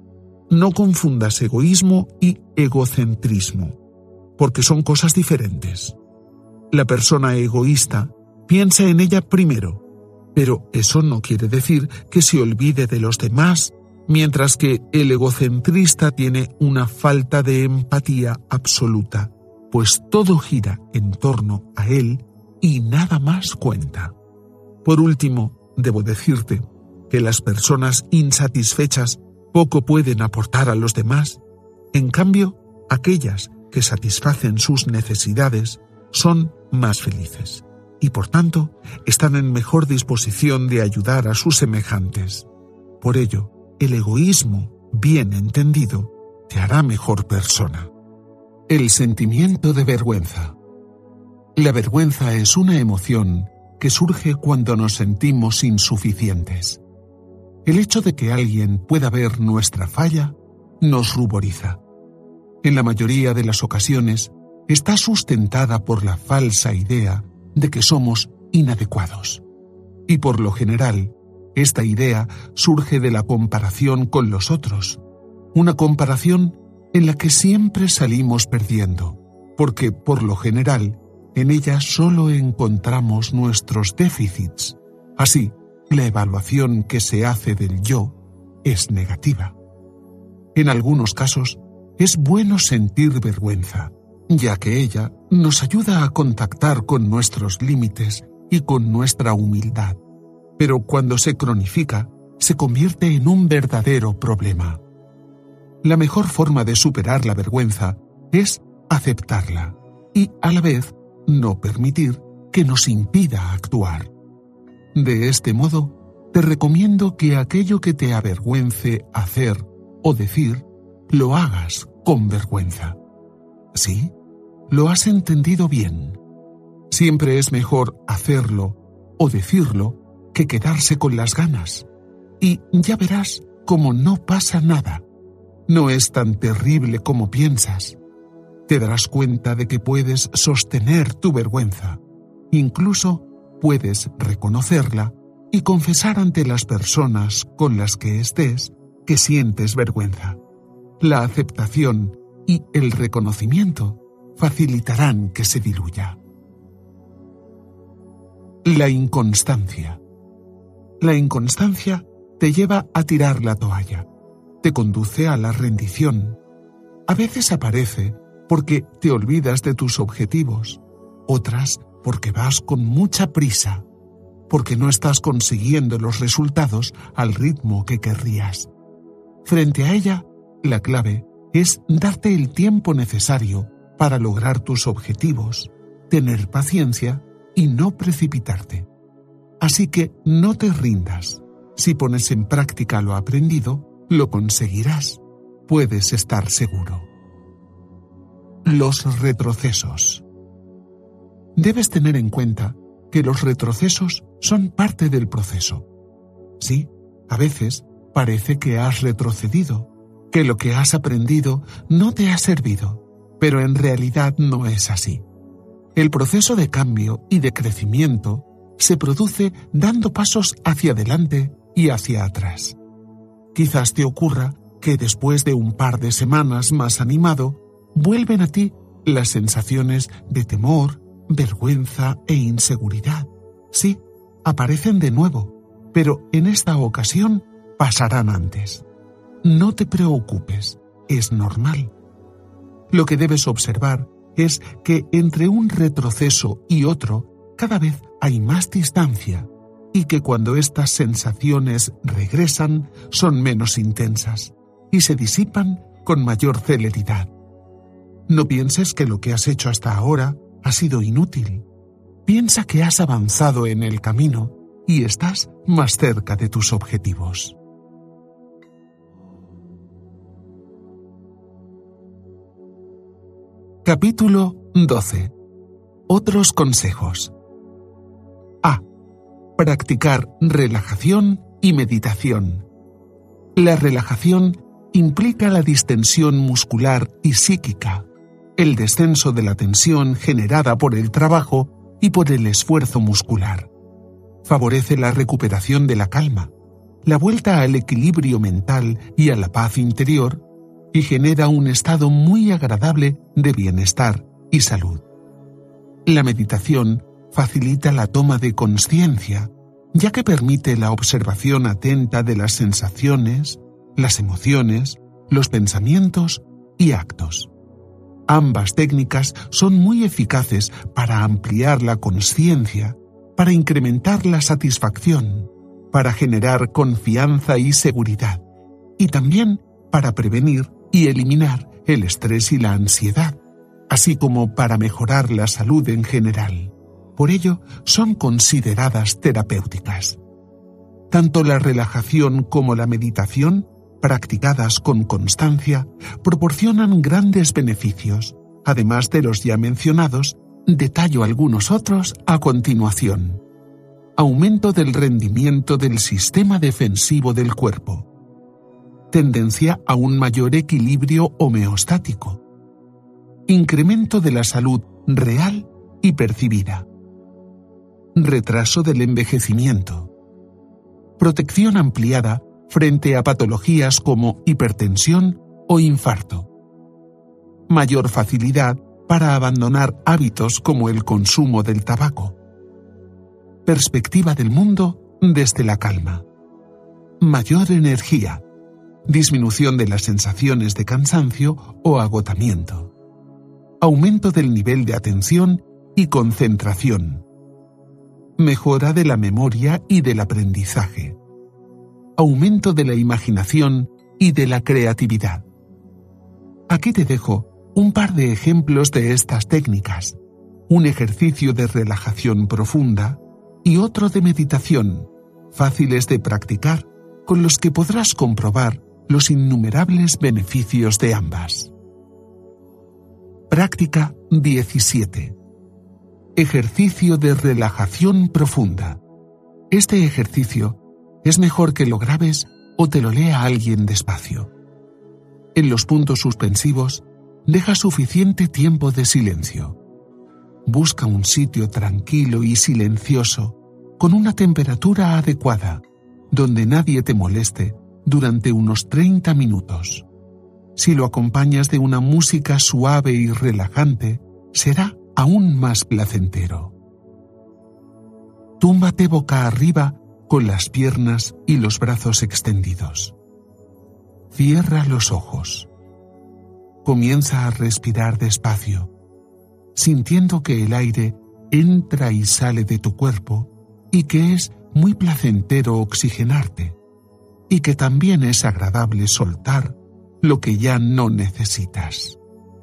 No confundas egoísmo y egocentrismo, porque son cosas diferentes. La persona egoísta piensa en ella primero, pero eso no quiere decir que se olvide de los demás, mientras que el egocentrista tiene una falta de empatía absoluta, pues todo gira en torno a él y nada más cuenta. Por último, debo decirte que las personas insatisfechas poco pueden aportar a los demás. En cambio, aquellas que satisfacen sus necesidades son más felices y, por tanto, están en mejor disposición de ayudar a sus semejantes. Por ello, el egoísmo, bien entendido, te hará mejor persona. El sentimiento de vergüenza. La vergüenza es una emoción que surge cuando nos sentimos insuficientes. El hecho de que alguien pueda ver nuestra falla nos ruboriza. En la mayoría de las ocasiones, está sustentada por la falsa idea de que somos inadecuados. Y por lo general, esta idea surge de la comparación con los otros, una comparación en la que siempre salimos perdiendo, porque por lo general, en ella solo encontramos nuestros déficits. Así, la evaluación que se hace del yo es negativa. En algunos casos, es bueno sentir vergüenza, ya que ella nos ayuda a contactar con nuestros límites y con nuestra humildad. Pero cuando se cronifica, se convierte en un verdadero problema. La mejor forma de superar la vergüenza es aceptarla y, a la vez, no permitir que nos impida actuar. De este modo, te recomiendo que aquello que te avergüence hacer o decir, lo hagas con vergüenza. ¿Sí? ¿Lo has entendido bien? Siempre es mejor hacerlo o decirlo que quedarse con las ganas. Y ya verás cómo no pasa nada. No es tan terrible como piensas. Te darás cuenta de que puedes sostener tu vergüenza. Incluso puedes reconocerla y confesar ante las personas con las que estés que sientes vergüenza. La aceptación y el reconocimiento facilitarán que se diluya. La inconstancia. La inconstancia te lleva a tirar la toalla, te conduce a la rendición. A veces aparece porque te olvidas de tus objetivos, otras porque vas con mucha prisa, porque no estás consiguiendo los resultados al ritmo que querrías. Frente a ella, la clave es darte el tiempo necesario para lograr tus objetivos, tener paciencia y no precipitarte. Así que no te rindas. Si pones en práctica lo aprendido, lo conseguirás. Puedes estar seguro. Los retrocesos. Debes tener en cuenta que los retrocesos son parte del proceso. Sí, a veces parece que has retrocedido, que lo que has aprendido no te ha servido, pero en realidad no es así. El proceso de cambio y de crecimiento se produce dando pasos hacia adelante y hacia atrás. Quizás te ocurra que después de un par de semanas más animado, vuelven a ti las sensaciones de temor, vergüenza e inseguridad. Sí, aparecen de nuevo, pero en esta ocasión pasarán antes. No te preocupes, es normal. Lo que debes observar es que entre un retroceso y otro cada vez hay más distancia y que cuando estas sensaciones regresan son menos intensas y se disipan con mayor celeridad. No pienses que lo que has hecho hasta ahora ha sido inútil. Piensa que has avanzado en el camino y estás más cerca de tus objetivos. Capítulo 12. Otros consejos. A. Practicar relajación y meditación. La relajación implica la distensión muscular y psíquica, el descenso de la tensión generada por el trabajo y por el esfuerzo muscular. Favorece la recuperación de la calma, la vuelta al equilibrio mental y a la paz interior, y genera un estado muy agradable de bienestar y salud. La meditación facilita la toma de conciencia, ya que permite la observación atenta de las sensaciones, las emociones, los pensamientos y actos. Ambas técnicas son muy eficaces para ampliar la conciencia, para incrementar la satisfacción, para generar confianza y seguridad, y también para prevenir y eliminar el estrés y la ansiedad, así como para mejorar la salud en general. Por ello, son consideradas terapéuticas. Tanto la relajación como la meditación, practicadas con constancia, proporcionan grandes beneficios. Además de los ya mencionados, detallo algunos otros a continuación. Aumento del rendimiento del sistema defensivo del cuerpo. Tendencia a un mayor equilibrio homeostático. Incremento de la salud real y percibida. Retraso del envejecimiento. Protección ampliada frente a patologías como hipertensión o infarto. Mayor facilidad para abandonar hábitos como el consumo del tabaco. Perspectiva del mundo desde la calma. Mayor energía. Disminución de las sensaciones de cansancio o agotamiento. Aumento del nivel de atención y concentración. Mejora de la memoria y del aprendizaje. Aumento de la imaginación y de la creatividad. Aquí te dejo un par de ejemplos de estas técnicas, un ejercicio de relajación profunda y otro de meditación, fáciles de practicar, con los que podrás comprobar los innumerables beneficios de ambas. Práctica 17. Ejercicio de relajación profunda. Este ejercicio es mejor que lo grabes o te lo lea alguien despacio. En los puntos suspensivos, deja suficiente tiempo de silencio. Busca un sitio tranquilo y silencioso, con una temperatura adecuada, donde nadie te moleste durante unos 30 minutos. Si lo acompañas de una música suave y relajante, será aún más placentero. Túmbate boca arriba con las piernas y los brazos extendidos. Cierra los ojos. Comienza a respirar despacio, sintiendo que el aire entra y sale de tu cuerpo y que es muy placentero oxigenarte y que también es agradable soltar lo que ya no necesitas.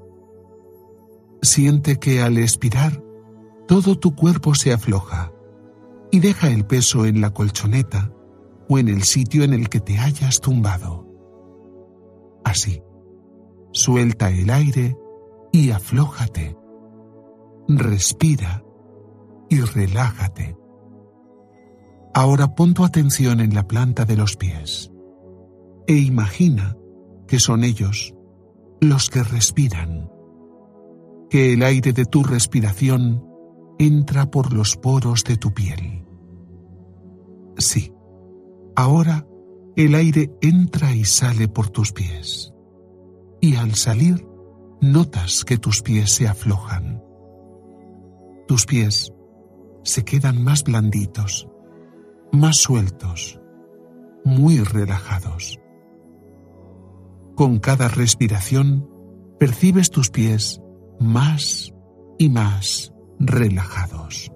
Siente que al expirar, todo tu cuerpo se afloja y deja el peso en la colchoneta o en el sitio en el que te hayas tumbado. Así, suelta el aire y aflójate. Respira y relájate. Ahora pon tu atención en la planta de los pies e imagina que son ellos los que respiran, que el aire de tu respiración entra por los poros de tu piel. Sí, ahora el aire entra y sale por tus pies, y al salir notas que tus pies se aflojan. Tus pies se quedan más blanditos, más sueltos, muy relajados. Con cada respiración percibes tus pies más y más relajados.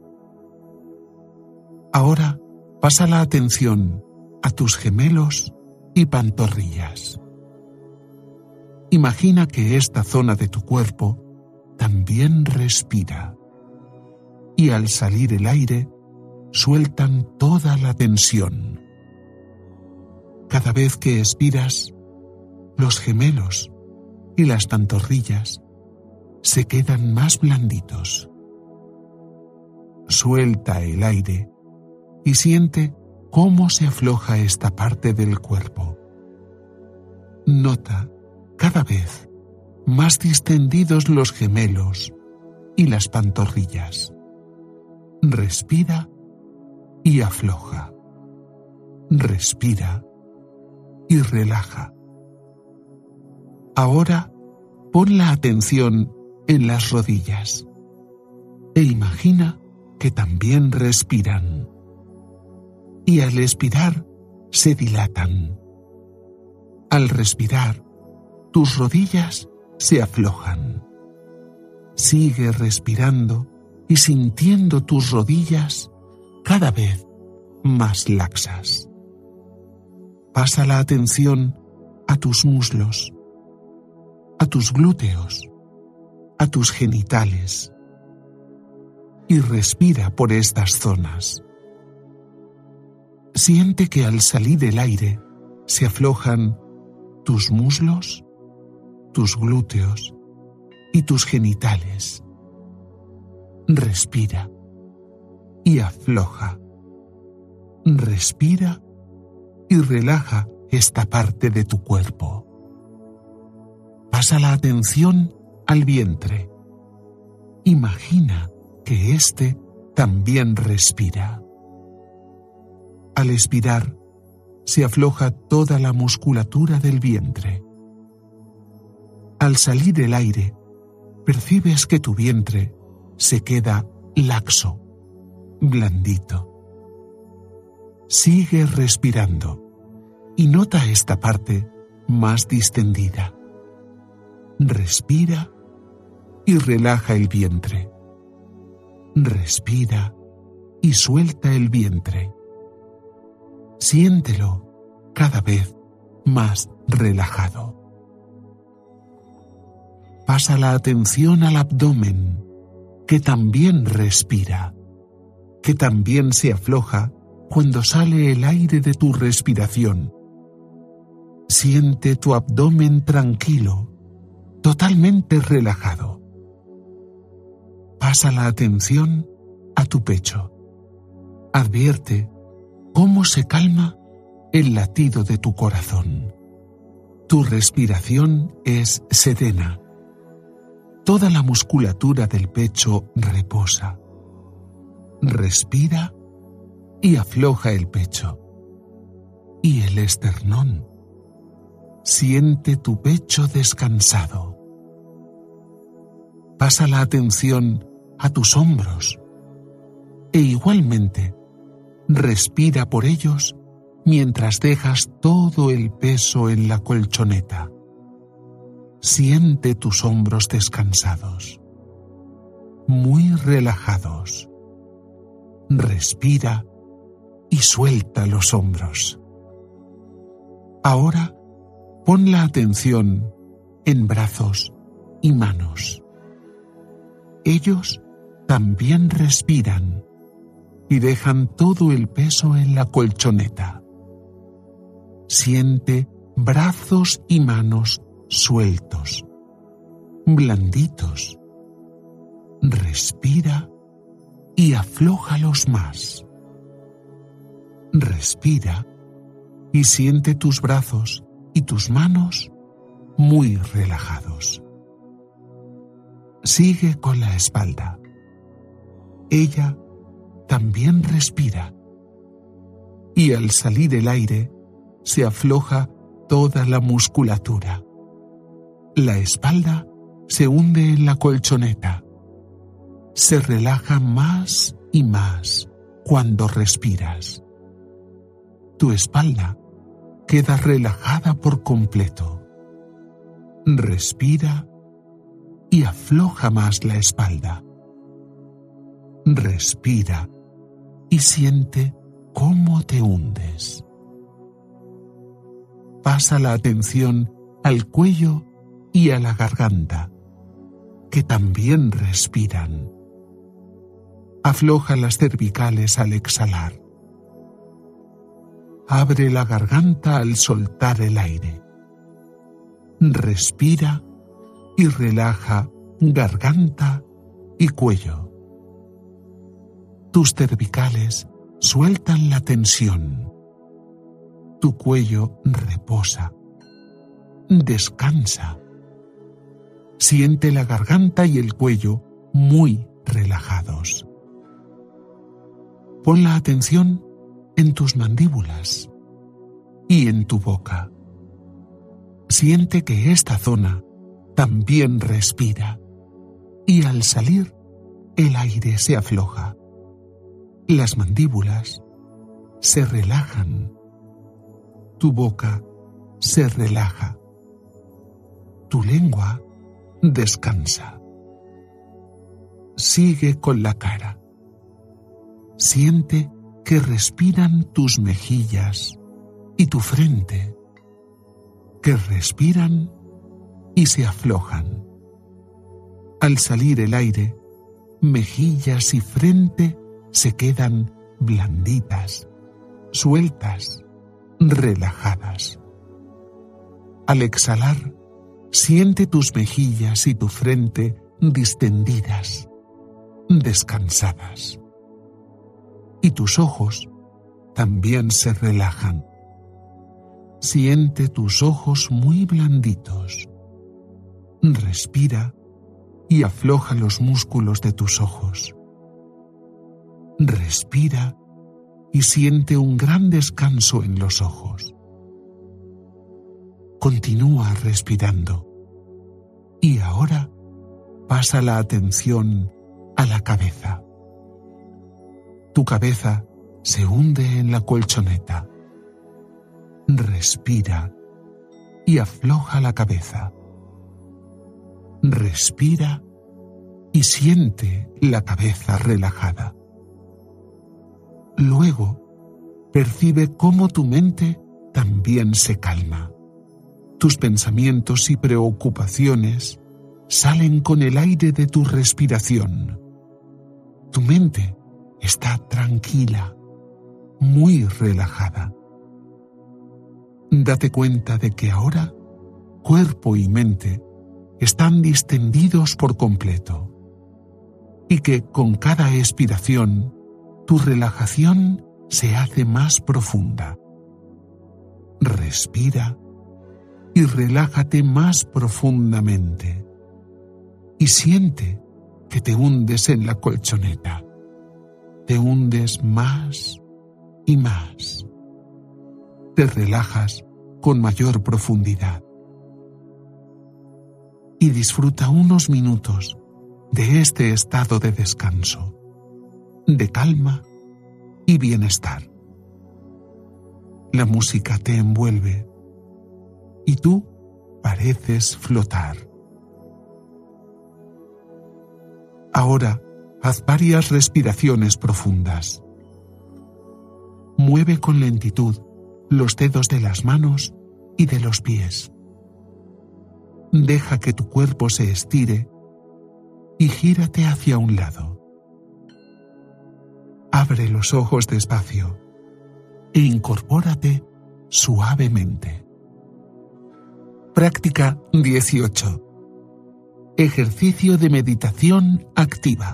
Ahora pasa la atención a tus gemelos y pantorrillas. Imagina que esta zona de tu cuerpo también respira y al salir el aire sueltan toda la tensión. Cada vez que expiras, los gemelos y las pantorrillas se quedan más blanditos. Suelta el aire y siente cómo se afloja esta parte del cuerpo. Nota cada vez más distendidos los gemelos y las pantorrillas. Respira y afloja. Respira y relaja. Ahora pon la atención en las rodillas e imagina que también respiran. Y al expirar se dilatan. Al respirar, tus rodillas se aflojan. Sigue respirando y sintiendo tus rodillas cada vez más laxas. Pasa la atención a tus muslos, a tus glúteos, a tus genitales y respira por estas zonas. Siente que al salir el aire se aflojan tus muslos, tus glúteos y tus genitales. Respira y afloja. Respira y relaja esta parte de tu cuerpo. Pasa la atención al vientre. Imagina que éste también respira. Al expirar, se afloja toda la musculatura del vientre. Al salir el aire, percibes que tu vientre se queda laxo, blandito. Sigue respirando y nota esta parte más distendida. Respira y relaja el vientre. Respira y suelta el vientre. Siéntelo cada vez más relajado. Pasa la atención al abdomen, que también respira, que también se afloja cuando sale el aire de tu respiración. Siente tu abdomen tranquilo, totalmente relajado. Pasa la atención a tu pecho. Advierte cómo se calma el latido de tu corazón. Tu respiración es serena. Toda la musculatura del pecho reposa. Respira y afloja el pecho. Y el esternón. Siente tu pecho descansado. Pasa la atención a tus hombros e igualmente respira por ellos mientras dejas todo el peso en la colchoneta. Siente tus hombros descansados, muy relajados. Respira y suelta los hombros. Ahora pon la atención en brazos y manos. Ellos también respiran y dejan todo el peso en la colchoneta. Siente brazos y manos sueltos, blanditos. Respira y aflójalos más. Respira y siente tus brazos y tus manos muy relajados. Sigue con la espalda. Ella también respira. Y al salir el aire, se afloja toda la musculatura. La espalda se hunde en la colchoneta. Se relaja más y más cuando respiras. Tu espalda queda relajada por completo. Respira y afloja más la espalda. Respira y siente cómo te hundes. Pasa la atención al cuello y a la garganta, que también respiran. Afloja las cervicales al exhalar. Abre la garganta al soltar el aire. Respira y relaja garganta y cuello. Tus cervicales sueltan la tensión. Tu cuello reposa. Descansa. Siente la garganta y el cuello muy relajados. Pon la atención en tus mandíbulas y en tu boca. Siente que esta zona también respira y al salir el aire se afloja. Las mandíbulas se relajan. Tu boca se relaja. Tu lengua descansa. Sigue con la cara. Siente que respiran tus mejillas y tu frente, que respiran y se aflojan. Al salir el aire, mejillas y frente se quedan blanditas, sueltas, relajadas. Al exhalar, siente tus mejillas y tu frente distendidas, descansadas. Y tus ojos también se relajan. Siente tus ojos muy blanditos. Respira y afloja los músculos de tus ojos. Respira y siente un gran descanso en los ojos. Continúa respirando. Y ahora pasa la atención a la cabeza. Tu cabeza se hunde en la colchoneta. Respira y afloja la cabeza. Respira y siente la cabeza relajada. Luego, percibe cómo tu mente también se calma. Tus pensamientos y preocupaciones salen con el aire de tu respiración. Tu mente está tranquila, muy relajada. Date cuenta de que ahora cuerpo y mente están distendidos por completo y que con cada expiración tu relajación se hace más profunda. Respira y relájate más profundamente. Y siente que te hundes en la colchoneta. Te hundes más y más. Te relajas con mayor profundidad. Y disfruta unos minutos de este estado de descanso, de calma y bienestar. La música te envuelve y tú pareces flotar. Ahora, haz varias respiraciones profundas. Mueve con lentitud los dedos de las manos y de los pies. Deja que tu cuerpo se estire y gírate hacia un lado. Abre los ojos despacio e incorpórate suavemente. Práctica 18. Ejercicio de meditación activa.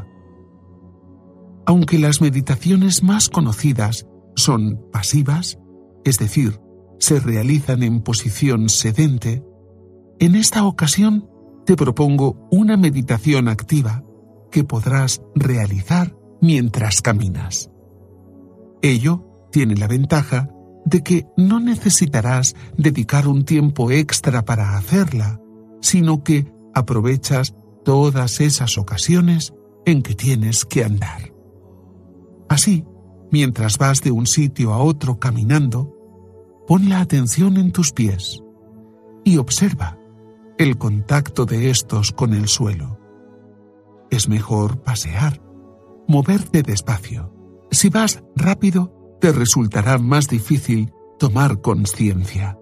Aunque las meditaciones más conocidas son pasivas, es decir, se realizan en posición sedente, en esta ocasión te propongo una meditación activa que podrás realizar mientras caminas. Ello tiene la ventaja de que no necesitarás dedicar un tiempo extra para hacerla, sino que aprovechas todas esas ocasiones en que tienes que andar. Así, mientras vas de un sitio a otro caminando, pon la atención en tus pies y observa el contacto de estos con el suelo. Es mejor pasear, moverte despacio. Si vas rápido, te resultará más difícil tomar conciencia.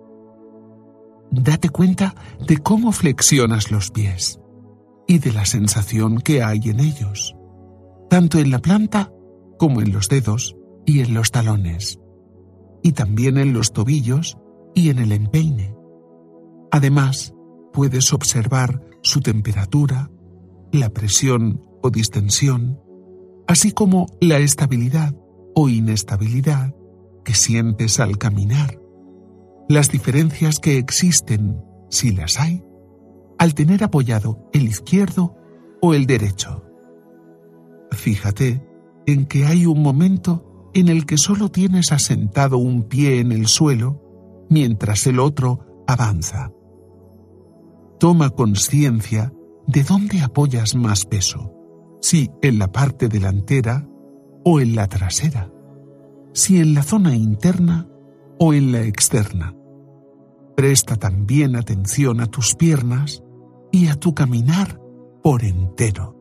Date cuenta de cómo flexionas los pies y de la sensación que hay en ellos, tanto en la planta como en los dedos y en los talones, y también en los tobillos y en el empeine. Además, puedes observar su temperatura, la presión o distensión, así como la estabilidad o inestabilidad que sientes al caminar, las diferencias que existen, si las hay, al tener apoyado el izquierdo o el derecho. Fíjate en que hay un momento en el que solo tienes asentado un pie en el suelo mientras el otro avanza. Toma conciencia de dónde apoyas más peso, si en la parte delantera o en la trasera, si en la zona interna o en la externa. Presta también atención a tus piernas y a tu caminar por entero.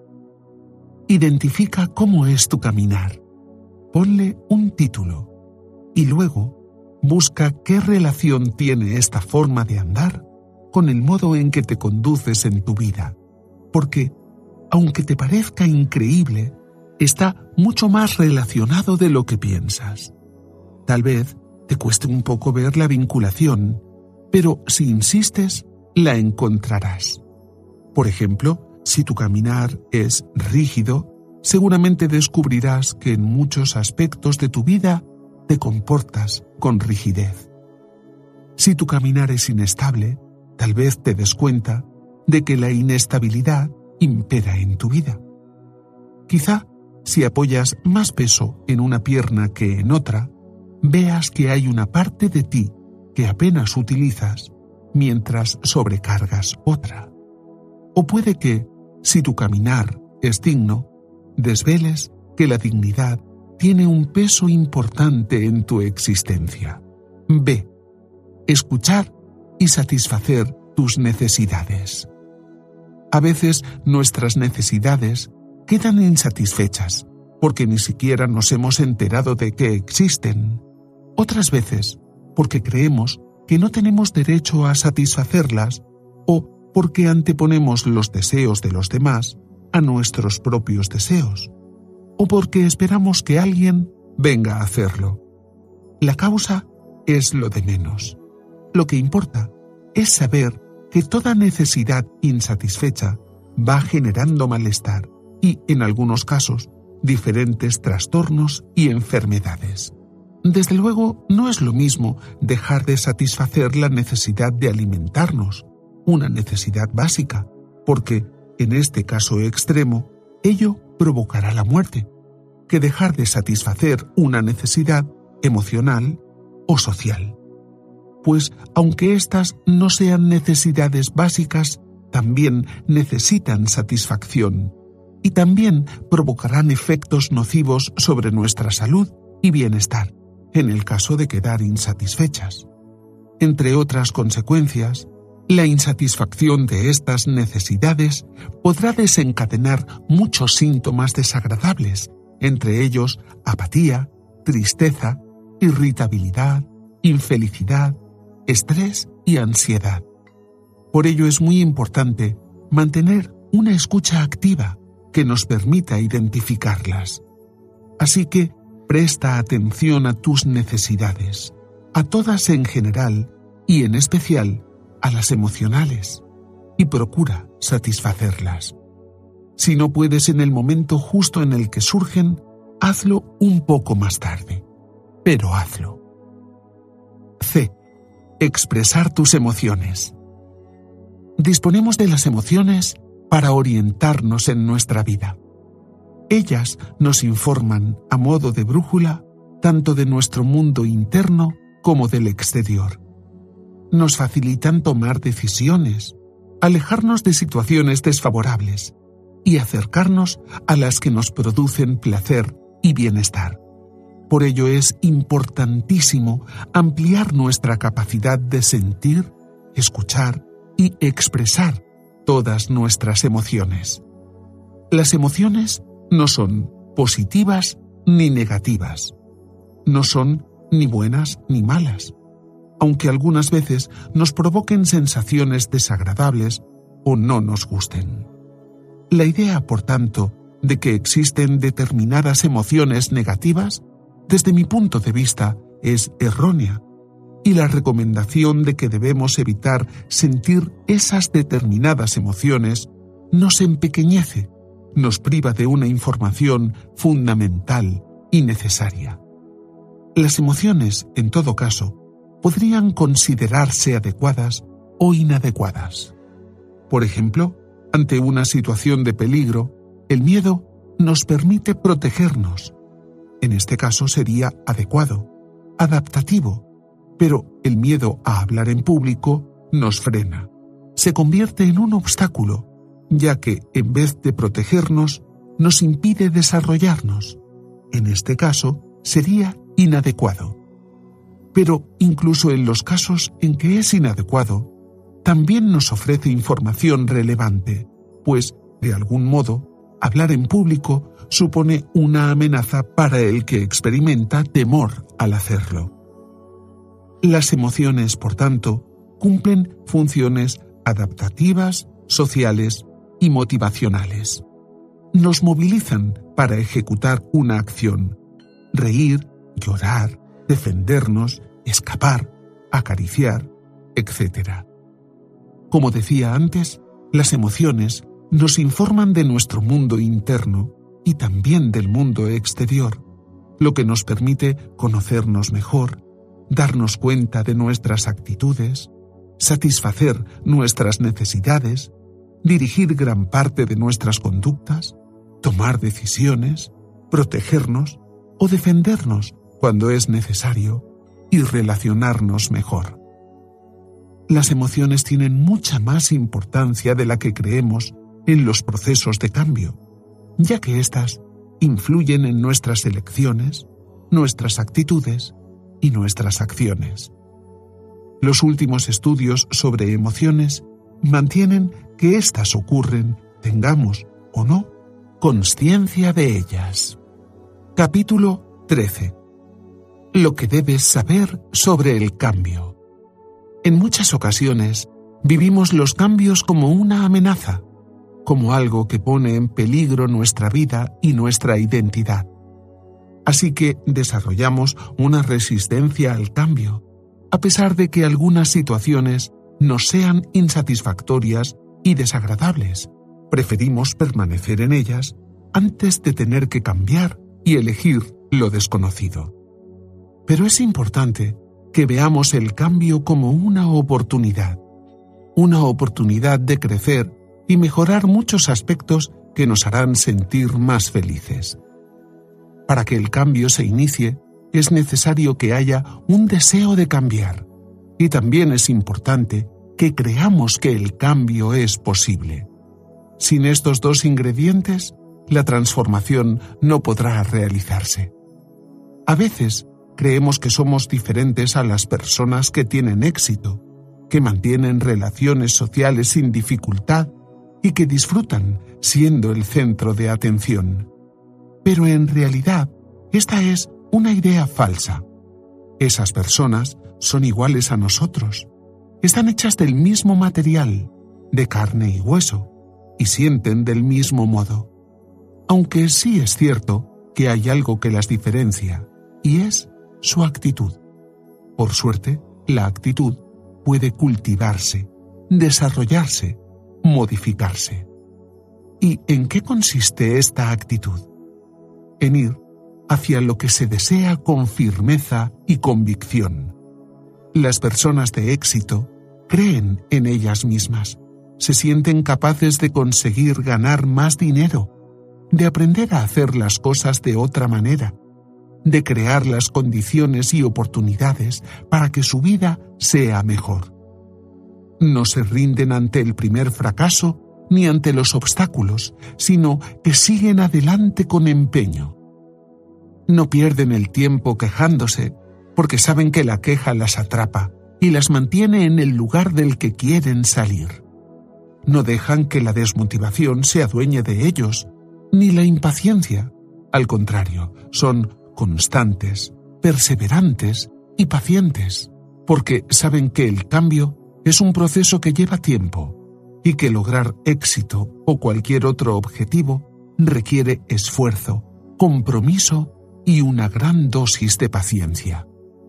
Identifica cómo es tu caminar. Ponle un título y luego busca qué relación tiene esta forma de andar con el modo en que te conduces en tu vida, porque, aunque te parezca increíble, está mucho más relacionado de lo que piensas. Tal vez te cueste un poco ver la vinculación, pero si insistes, la encontrarás. Por ejemplo, si tu caminar es rígido, seguramente descubrirás que en muchos aspectos de tu vida te comportas con rigidez. Si tu caminar es inestable, tal vez te des cuenta de que la inestabilidad impera en tu vida. Quizá, si apoyas más peso en una pierna que en otra, veas que hay una parte de ti que apenas utilizas mientras sobrecargas otra. O puede que, si tu caminar es digno, desveles que la dignidad tiene un peso importante en tu existencia. B. Escuchar y satisfacer tus necesidades. A veces nuestras necesidades quedan insatisfechas porque ni siquiera nos hemos enterado de que existen. Otras veces porque creemos que no tenemos derecho a satisfacerlas o porque anteponemos los deseos de los demás a nuestros propios deseos o porque esperamos que alguien venga a hacerlo. La causa es lo de menos. Lo que importa es saber que toda necesidad insatisfecha va generando malestar y, en algunos casos, diferentes trastornos y enfermedades. Desde luego, no es lo mismo dejar de satisfacer la necesidad de alimentarnos, una necesidad básica, porque, en este caso extremo, ello provocará la muerte, que dejar de satisfacer una necesidad emocional o social. Pues, aunque éstas no sean necesidades básicas, también necesitan satisfacción y también provocarán efectos nocivos sobre nuestra salud y bienestar, en el caso de quedar insatisfechas. Entre otras consecuencias, la insatisfacción de estas necesidades podrá desencadenar muchos síntomas desagradables, entre ellos apatía, tristeza, irritabilidad, infelicidad, estrés y ansiedad. Por ello es muy importante mantener una escucha activa que nos permita identificarlas. Así que presta atención a tus necesidades, a todas en general y en especial a las emocionales, y procura satisfacerlas. Si no puedes en el momento justo en el que surgen, hazlo un poco más tarde, pero hazlo. C. Expresar tus emociones. Disponemos de las emociones para orientarnos en nuestra vida. Ellas nos informan, a modo de brújula, tanto de nuestro mundo interno como del exterior. Nos facilitan tomar decisiones, alejarnos de situaciones desfavorables y acercarnos a las que nos producen placer y bienestar. Por ello es importantísimo ampliar nuestra capacidad de sentir, escuchar y expresar todas nuestras emociones. Las emociones no son positivas ni negativas. No son ni buenas ni malas, aunque algunas veces nos provoquen sensaciones desagradables o no nos gusten. La idea, por tanto, de que existen determinadas emociones negativas, desde mi punto de vista, es errónea, y la recomendación de que debemos evitar sentir esas determinadas emociones nos empequeñece, nos priva de una información fundamental y necesaria. Las emociones, en todo caso, podrían considerarse adecuadas o inadecuadas. Por ejemplo, ante una situación de peligro, el miedo nos permite protegernos. En este caso sería adecuado, adaptativo, pero el miedo a hablar en público nos frena. Se convierte en un obstáculo, ya que, en vez de protegernos, nos impide desarrollarnos. En este caso, sería inadecuado. Pero incluso en los casos en que es inadecuado, también nos ofrece información relevante, pues, de algún modo, hablar en público supone una amenaza para el que experimenta temor al hacerlo. Las emociones, por tanto, cumplen funciones adaptativas, sociales y motivacionales. Nos movilizan para ejecutar una acción: reír, llorar, defendernos, escapar, acariciar, etc. Como decía antes, las emociones nos informan de nuestro mundo interno y también del mundo exterior, lo que nos permite conocernos mejor, darnos cuenta de nuestras actitudes, satisfacer nuestras necesidades, dirigir gran parte de nuestras conductas, tomar decisiones, protegernos o defendernos cuando es necesario y relacionarnos mejor. Las emociones tienen mucha más importancia de la que creemos en los procesos de cambio, ya que éstas influyen en nuestras elecciones, nuestras actitudes y nuestras acciones. Los últimos estudios sobre emociones mantienen que éstas ocurren, tengamos o no consciencia de ellas. Capítulo 13. Lo que debes saber sobre el cambio. En muchas ocasiones vivimos los cambios como una amenaza, como algo que pone en peligro nuestra vida y nuestra identidad. Así que desarrollamos una resistencia al cambio, a pesar de que algunas situaciones nos sean insatisfactorias y desagradables. Preferimos permanecer en ellas antes de tener que cambiar y elegir lo desconocido. Pero es importante que veamos el cambio como una oportunidad de crecer y mejorar muchos aspectos que nos harán sentir más felices. Para que el cambio se inicie, es necesario que haya un deseo de cambiar, y también es importante que creamos que el cambio es posible. Sin estos dos ingredientes, la transformación no podrá realizarse. A veces creemos que somos diferentes a las personas que tienen éxito, que mantienen relaciones sociales sin dificultad y que disfrutan siendo el centro de atención. Pero en realidad, esta es una idea falsa. Esas personas son iguales a nosotros. Están hechas del mismo material, de carne y hueso, y sienten del mismo modo. Aunque sí es cierto que hay algo que las diferencia, y es su actitud. Por suerte, la actitud puede cultivarse, desarrollarse, modificarse. ¿Y en qué consiste esta actitud? En ir hacia lo que se desea con firmeza y convicción. Las personas de éxito creen en ellas mismas, se sienten capaces de conseguir ganar más dinero, de aprender a hacer las cosas de otra manera, de crear las condiciones y oportunidades para que su vida sea mejor. No se rinden ante el primer fracaso ni ante los obstáculos, sino que siguen adelante con empeño. No pierden el tiempo quejándose, porque saben que la queja las atrapa y las mantiene en el lugar del que quieren salir. No dejan que la desmotivación se adueñe de ellos, ni la impaciencia. Al contrario, son constantes, perseverantes y pacientes, porque saben que el cambio es un proceso que lleva tiempo y que lograr éxito o cualquier otro objetivo requiere esfuerzo, compromiso y una gran dosis de paciencia.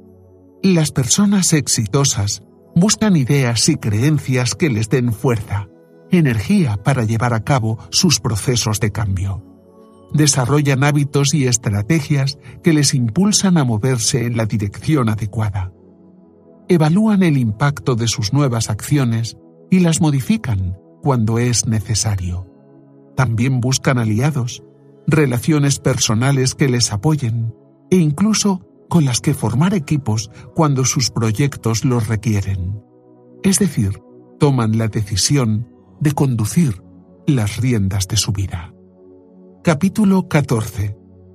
Las personas exitosas buscan ideas y creencias que les den fuerza, energía para llevar a cabo sus procesos de cambio. Desarrollan hábitos y estrategias que les impulsan a moverse en la dirección adecuada. Evalúan el impacto de sus nuevas acciones y las modifican cuando es necesario. También buscan aliados, relaciones personales que les apoyen e incluso con las que formar equipos cuando sus proyectos los requieren. Es decir, toman la decisión de conducir las riendas de su vida. Capítulo 14.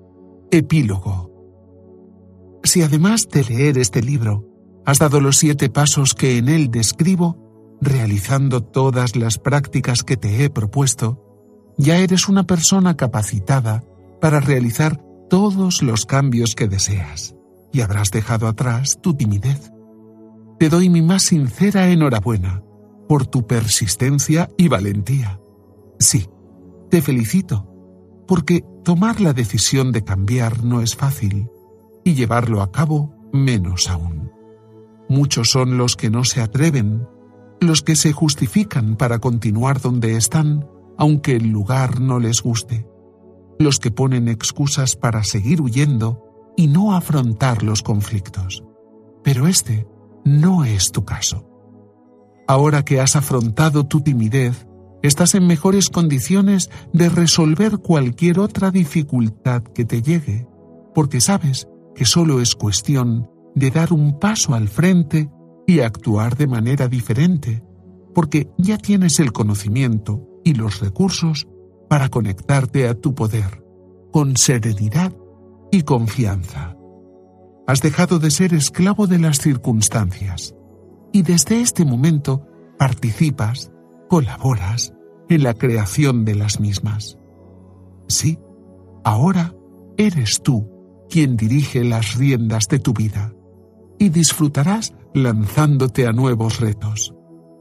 Epílogo. Si además de leer este libro, has dado los 7 pasos que en él describo, realizando todas las prácticas que te he propuesto, ya eres una persona capacitada para realizar todos los cambios que deseas y habrás dejado atrás tu timidez. Te doy mi más sincera enhorabuena por tu persistencia y valentía. Sí, te felicito, porque tomar la decisión de cambiar no es fácil y llevarlo a cabo menos aún. Muchos son los que no se atreven, los que se justifican para continuar donde están, aunque el lugar no les guste, los que ponen excusas para seguir huyendo y no afrontar los conflictos. Pero este no es tu caso. Ahora que has afrontado tu timidez, estás en mejores condiciones de resolver cualquier otra dificultad que te llegue, porque sabes que solo es cuestión de dar un paso al frente y actuar de manera diferente, porque ya tienes el conocimiento y los recursos para conectarte a tu poder, con serenidad y confianza. Has dejado de ser esclavo de las circunstancias y desde este momento participas, colaboras en la creación de las mismas. Sí, ahora eres tú quien dirige las riendas de tu vida y disfrutarás lanzándote a nuevos retos.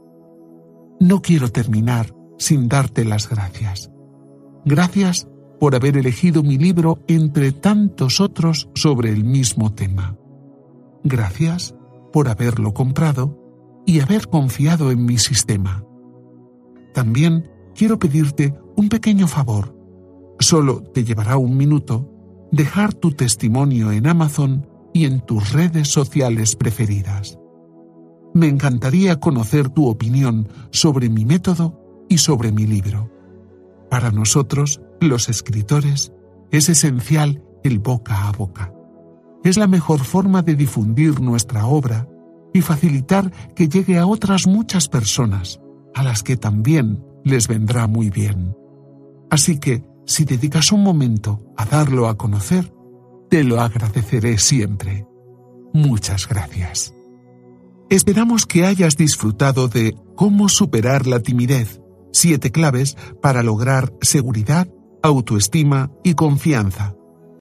No quiero terminar sin darte las gracias. Gracias por haber elegido mi libro entre tantos otros sobre el mismo tema. Gracias por haberlo comprado y haber confiado en mi sistema. También quiero pedirte un pequeño favor. Solo te llevará 1 minuto dejar tu testimonio en Amazon y en tus redes sociales preferidas. Me encantaría conocer tu opinión sobre mi método y sobre mi libro. Para nosotros, los escritores, es esencial el boca a boca. Es la mejor forma de difundir nuestra obra y facilitar que llegue a otras muchas personas, a las que también les vendrá muy bien. Así que, si dedicas un momento a darlo a conocer, te lo agradeceré siempre. Muchas gracias. Esperamos que hayas disfrutado de Cómo superar la timidez, 7 claves para lograr seguridad, autoestima y confianza.